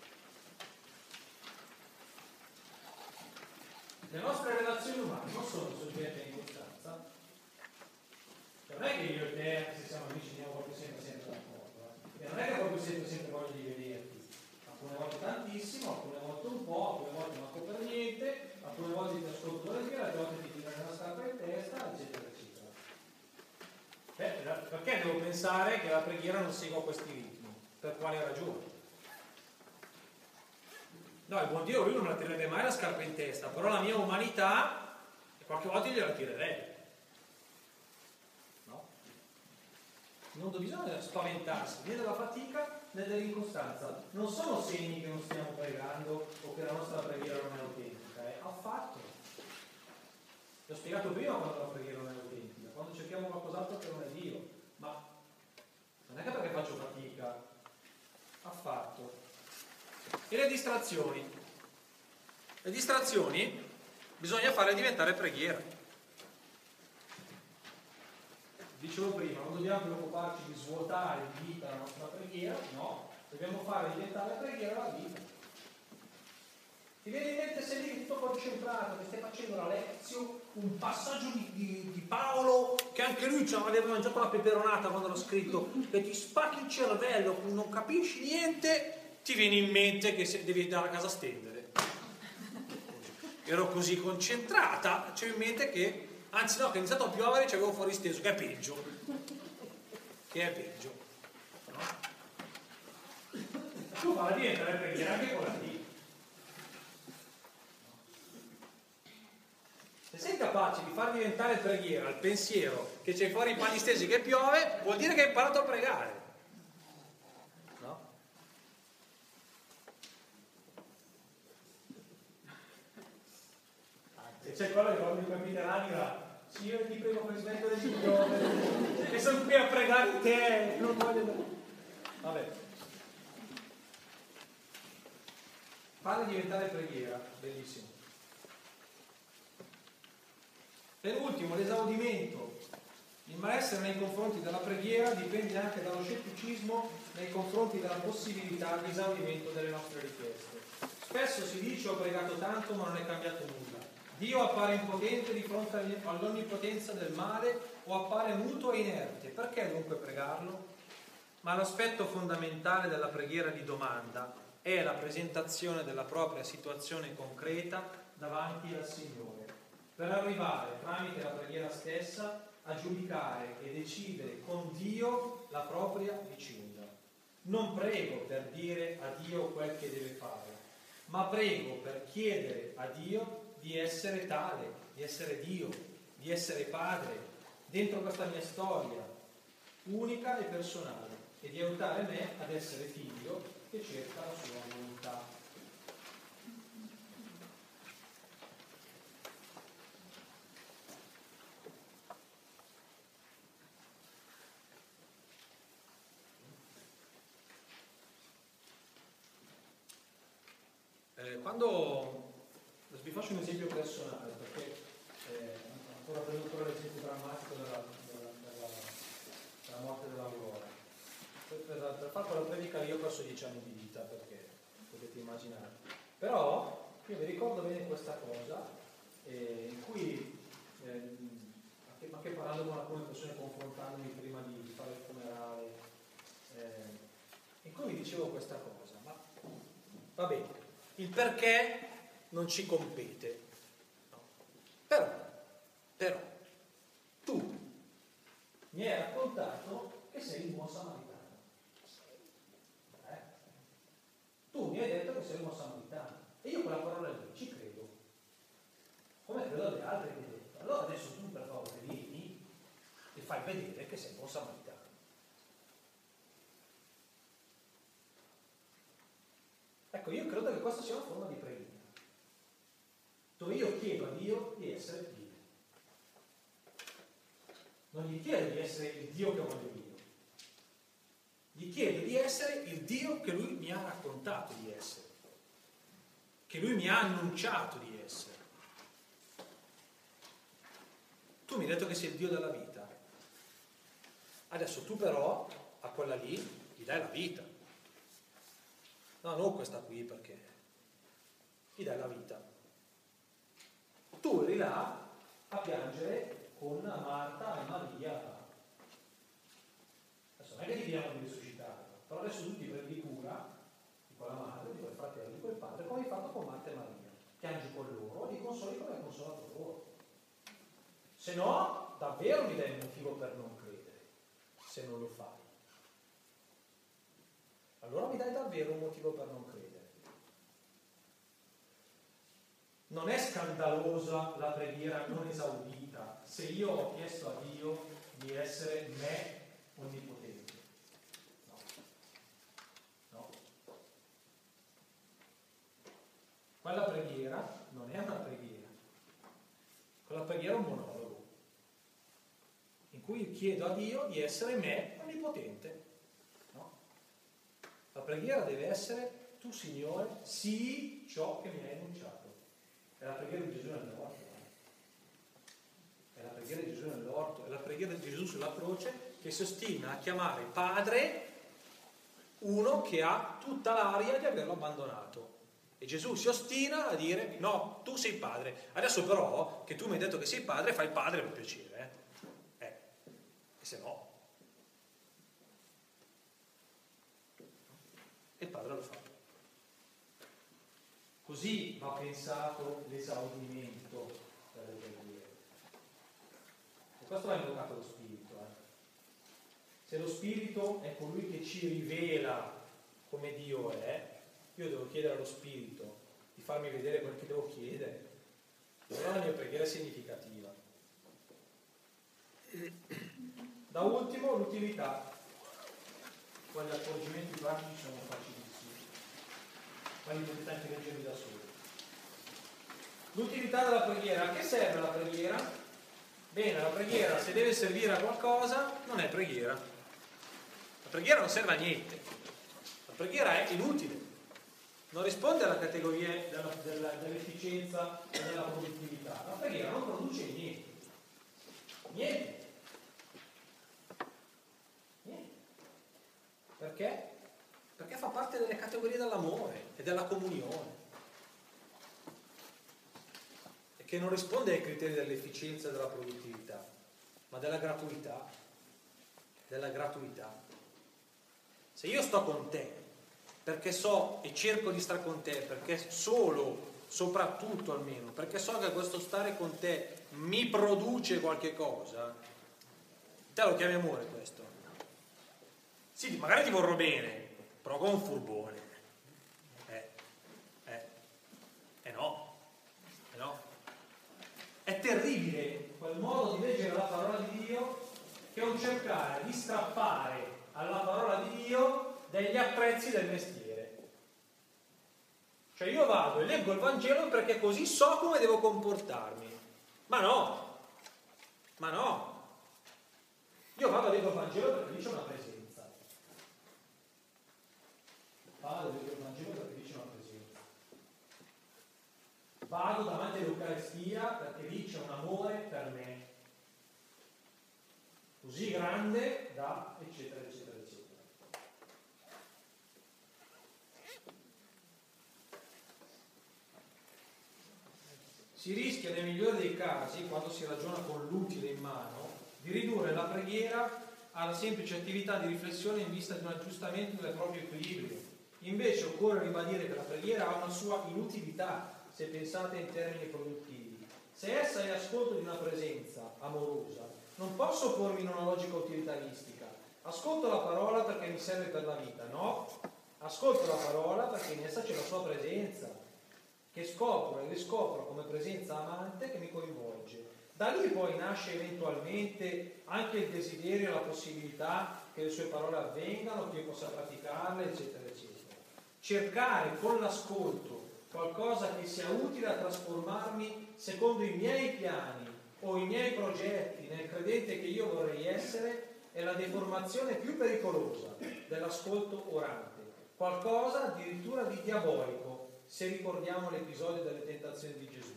Le nostre relazioni umane non sono soggette a incostanza. Non è che io e te, se siamo amici, andiamo proprio sempre d'accordo. E non è che proprio sempre voglio di vederti. Alcune volte tantissimo, alcune volte un po', alcune volte manco per niente, alcune volte ti ascolto volentieri, altre volte ti tiro una scarpa in testa, eccetera, eccetera. Perché devo pensare che la preghiera non segua questi ritmi? Per quale ragione? No, il buon Dio lui non la tirerebbe mai la scarpa in testa, però la mia umanità qualche volta gliela tirerei. No? Non bisogna spaventarsi né della fatica né dell'incostanza. Non sono segni che non stiamo pregando o che la nostra preghiera non è autentica, affatto. Ti ho spiegato prima quando la preghiera non è autentica, quando cerchiamo qualcos'altro che non è Dio, ma non è che perché faccio fatica, affatto. E le distrazioni? Le distrazioni bisogna farle diventare preghiera. Dicevo prima, non dobbiamo preoccuparci di svuotare in vita la nostra preghiera, no, dobbiamo fare diventare preghiera la vita. Ti viene in mente, sei lì tutto concentrato, che stai facendo la lezione, un passaggio di Paolo, che anche lui aveva mangiato la peperonata quando l'ho scritto, che ti spacchi il cervello, non capisci niente, ti viene in mente che devi andare a casa a stendere. Ero così concentrata, c'è in mente che, anzi no, che è iniziato a piovere e ci avevo fuori steso, che è peggio. No? Tu falla diventare preghiera anche con la Dio. Se sei capace di far diventare preghiera il pensiero che c'hai fuori i panni stesi che piove, vuol dire che hai imparato a pregare. No? Se c'è quello che quando mi capite l'anima, sì, io ti prego per smettere di piovere, e sono qui a pregare te, non voglio. Vabbè. Farla diventare preghiera, bellissimo. Per ultimo, l'esaudimento. Il malessere nei confronti della preghiera dipende anche dallo scetticismo nei confronti della possibilità di esaudimento delle nostre richieste. Spesso si dice: ho pregato tanto ma non è cambiato nulla. Dio appare impotente di fronte all'onnipotenza del male o appare muto e inerte. Perché dunque pregarlo? Ma l'aspetto fondamentale della preghiera di domanda è la presentazione della propria situazione concreta davanti al Signore, per arrivare, tramite la preghiera stessa, a giudicare e decidere con Dio la propria vicenda. Non prego per dire a Dio quel che deve fare, ma prego per chiedere a Dio di essere tale, di essere Dio, di essere Padre, dentro questa mia storia, unica e personale, e di aiutare me ad essere figlio che cerca la sua volontà. Quando vi faccio un esempio personale, perché ancora prendo ancora l'esempio drammatico della morte dell'Aurora. Per fare quella predica io ho perso 10 anni di vita, perché potete immaginare. Però io mi ricordo bene questa cosa, in cui anche parlando con alcune persone, confrontandomi prima di fare il funerale, in cui mi dicevo questa cosa, ma va bene. Il perché non ci compete. No. Però, tu mi hai raccontato che sei un buon samaritano. Tu mi hai detto che sei un buon samaritano. E io quella parola lì ci credo. Come credo alle altre che hai detto. Allora adesso tu per favore vieni e fai vedere che sei un buon samaritano. Ecco, io credo che questa sia una forma di preghiera, dove io chiedo a Dio di essere Dio. Non gli chiedo di essere il Dio che voglio io. Gli chiedo di essere il Dio che Lui mi ha raccontato di essere, che Lui mi ha annunciato di essere. Tu mi hai detto che sei il Dio della vita. Adesso tu però a quella lì gli dai la vita. No, non questa qui, perché gli dai la vita. Tu eri là a piangere con Marta e Maria. Adesso non è che ti chiediamo di risuscitarlo, però adesso tu ti prendi cura di quella madre, di quel fratello, di quel padre, come hai fatto con Marta e Maria. Piangi con loro, li consoli come hai consolato loro. Se no, davvero mi dai un motivo per non credere, se non lo fai. Allora mi dai davvero un motivo per non credere. Non è scandalosa la preghiera non esaudita se io ho chiesto a Dio di essere me onnipotente. No. Quella preghiera non è una preghiera. Quella preghiera è un monologo in cui io chiedo a Dio di essere me onnipotente. No? La preghiera deve essere: tu Signore sii ciò che mi hai enunciato. È la preghiera di Gesù nell'orto, è la preghiera di Gesù nell'orto, è la preghiera di Gesù sulla croce, che si ostina a chiamare padre uno che ha tutta l'aria di averlo abbandonato. E Gesù si ostina a dire: no, tu sei padre, adesso però che tu mi hai detto che sei padre, fai padre per piacere, e se no. E il padre lo fa. Così va pensato l'esaudimento delle preghiere. E questo va invocato lo Spirito. Se lo Spirito è colui che ci rivela come Dio è, io devo chiedere allo Spirito di farmi vedere quel che devo chiedere. Allora la mia preghiera è significativa. Da ultimo, l'utilità. Qua gli accorgimenti pratici sono facilissimi. Ma li potete anche leggerli da soli. L'utilità della preghiera. A che serve la preghiera? Bene, la preghiera, se deve servire a qualcosa, non è preghiera. La preghiera non serve a niente. La preghiera è inutile. Non risponde alla categoria dell'efficienza e della produttività. La preghiera non produce niente. Niente. Perché? Perché fa parte delle categorie dell'amore e della comunione. E che non risponde ai criteri dell'efficienza e della produttività, ma della gratuità. Della gratuità. Se io sto con te, perché so e cerco di stare con te, perché soprattutto almeno, perché so che questo stare con te mi produce qualche cosa, te lo chiami amore questo? Sì, magari ti vorrò bene, però come un furbone. No. È terribile quel modo di leggere la parola di Dio, che è un cercare di strappare alla parola di Dio degli apprezzi del mestiere. Cioè io vado e leggo il Vangelo perché così so come devo comportarmi. Ma no! Io vado e leggo il Vangelo perché lì c'è una presenza. Vado davanti all'Eucaristia perché lì c'è un amore per me così grande da eccetera eccetera eccetera. Si rischia nel migliore dei casi, quando si ragiona con l'utile in mano, di ridurre la preghiera alla semplice attività di riflessione in vista di un aggiustamento del proprio equilibrio. Invece occorre ribadire che la preghiera ha una sua inutilità, se pensate in termini produttivi. Se essa è ascolto di una presenza amorosa, non posso pormi in una logica utilitaristica. Ascolto la parola perché mi serve per la vita, no? Ascolto la parola perché in essa c'è la sua presenza, che scopro e riscopro come presenza amante che mi coinvolge. Da lì poi nasce eventualmente anche il desiderio e la possibilità che le sue parole avvengano, che io possa praticarle, eccetera, eccetera. Cercare con l'ascolto qualcosa che sia utile a trasformarmi secondo i miei piani o i miei progetti nel credente che io vorrei essere è la deformazione più pericolosa dell'ascolto orante. Qualcosa addirittura di diabolico, se ricordiamo l'episodio delle tentazioni di Gesù.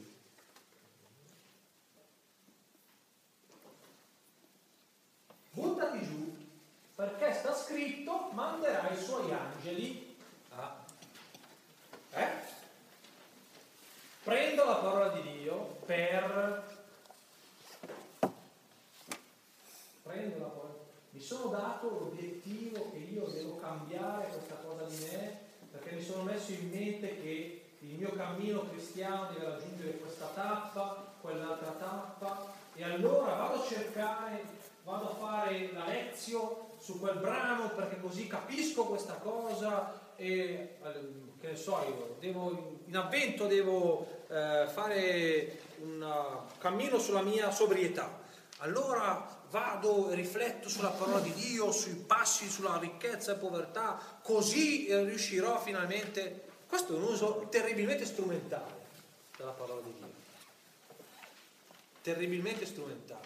Buttati giù, perché sta scritto: manderà i suoi angeli a... Prendo la parola di Dio mi sono dato l'obiettivo che io devo cambiare questa cosa di me, perché mi sono messo in mente che il mio cammino cristiano deve raggiungere questa tappa, quell'altra tappa, e allora vado a fare la lezione su quel brano perché così capisco questa cosa e che ne so io, in avvento devo fare un cammino sulla mia sobrietà. Allora vado e rifletto sulla parola di Dio, sui passi, sulla ricchezza e povertà, così riuscirò finalmente. Questo è un uso terribilmente strumentale della parola di Dio. terribilmente strumentale.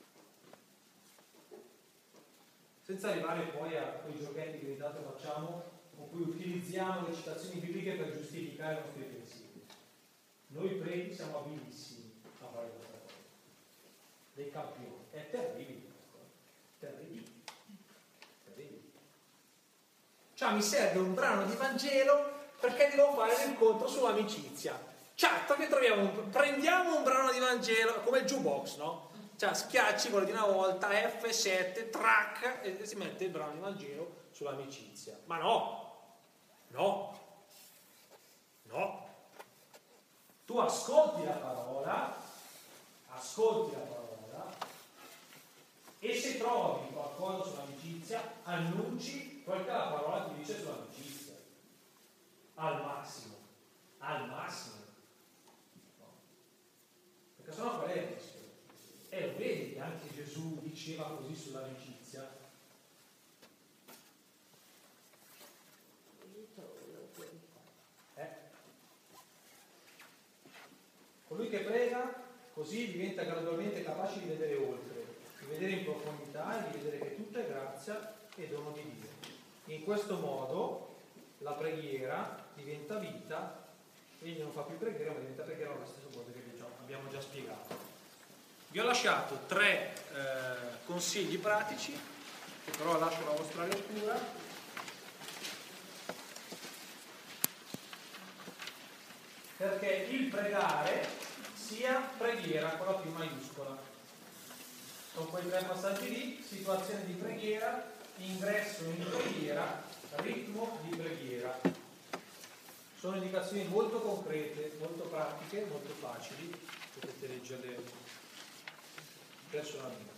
Senza arrivare poi a quei giochetti che di tanto facciamo, con cui utilizziamo le citazioni bibliche per giustificare i nostri pensieri. Noi preti siamo abilissimi a fare questa cosa. Dei campioni. È terribile questo. Terribile. Terribile. Cioè mi serve un brano di Vangelo perché devo fare l'incontro sull'amicizia. Certo che prendiamo un brano di Vangelo come il jukebox, no? Cioè schiacci quello di una volta, F7, track, e si mette il brano di Vangelo sull'amicizia. Ma no, tu ascolti la parola, e se trovi qualcosa sull'amicizia, annunci quel che la parola ti dice sull'amicizia. Al massimo. No. Perché sennò qual è il rischio? Lo vedi che anche Gesù diceva così sull'amicizia? Colui che prega così diventa gradualmente capace di vedere oltre, di vedere in profondità e di vedere che tutto è grazia e dono di Dio. In questo modo la preghiera diventa vita, egli non fa più preghiera, ma diventa preghiera, la stessa cosa che abbiamo già spiegato. Vi ho lasciato 3 consigli pratici, che però lascio alla vostra lettura. Perché il pregare sia preghiera con la P maiuscola. Sono quei 3 passaggi lì: situazione di preghiera, ingresso in preghiera, ritmo di preghiera. Sono indicazioni molto concrete, molto pratiche, molto facili, potete leggerle personalmente.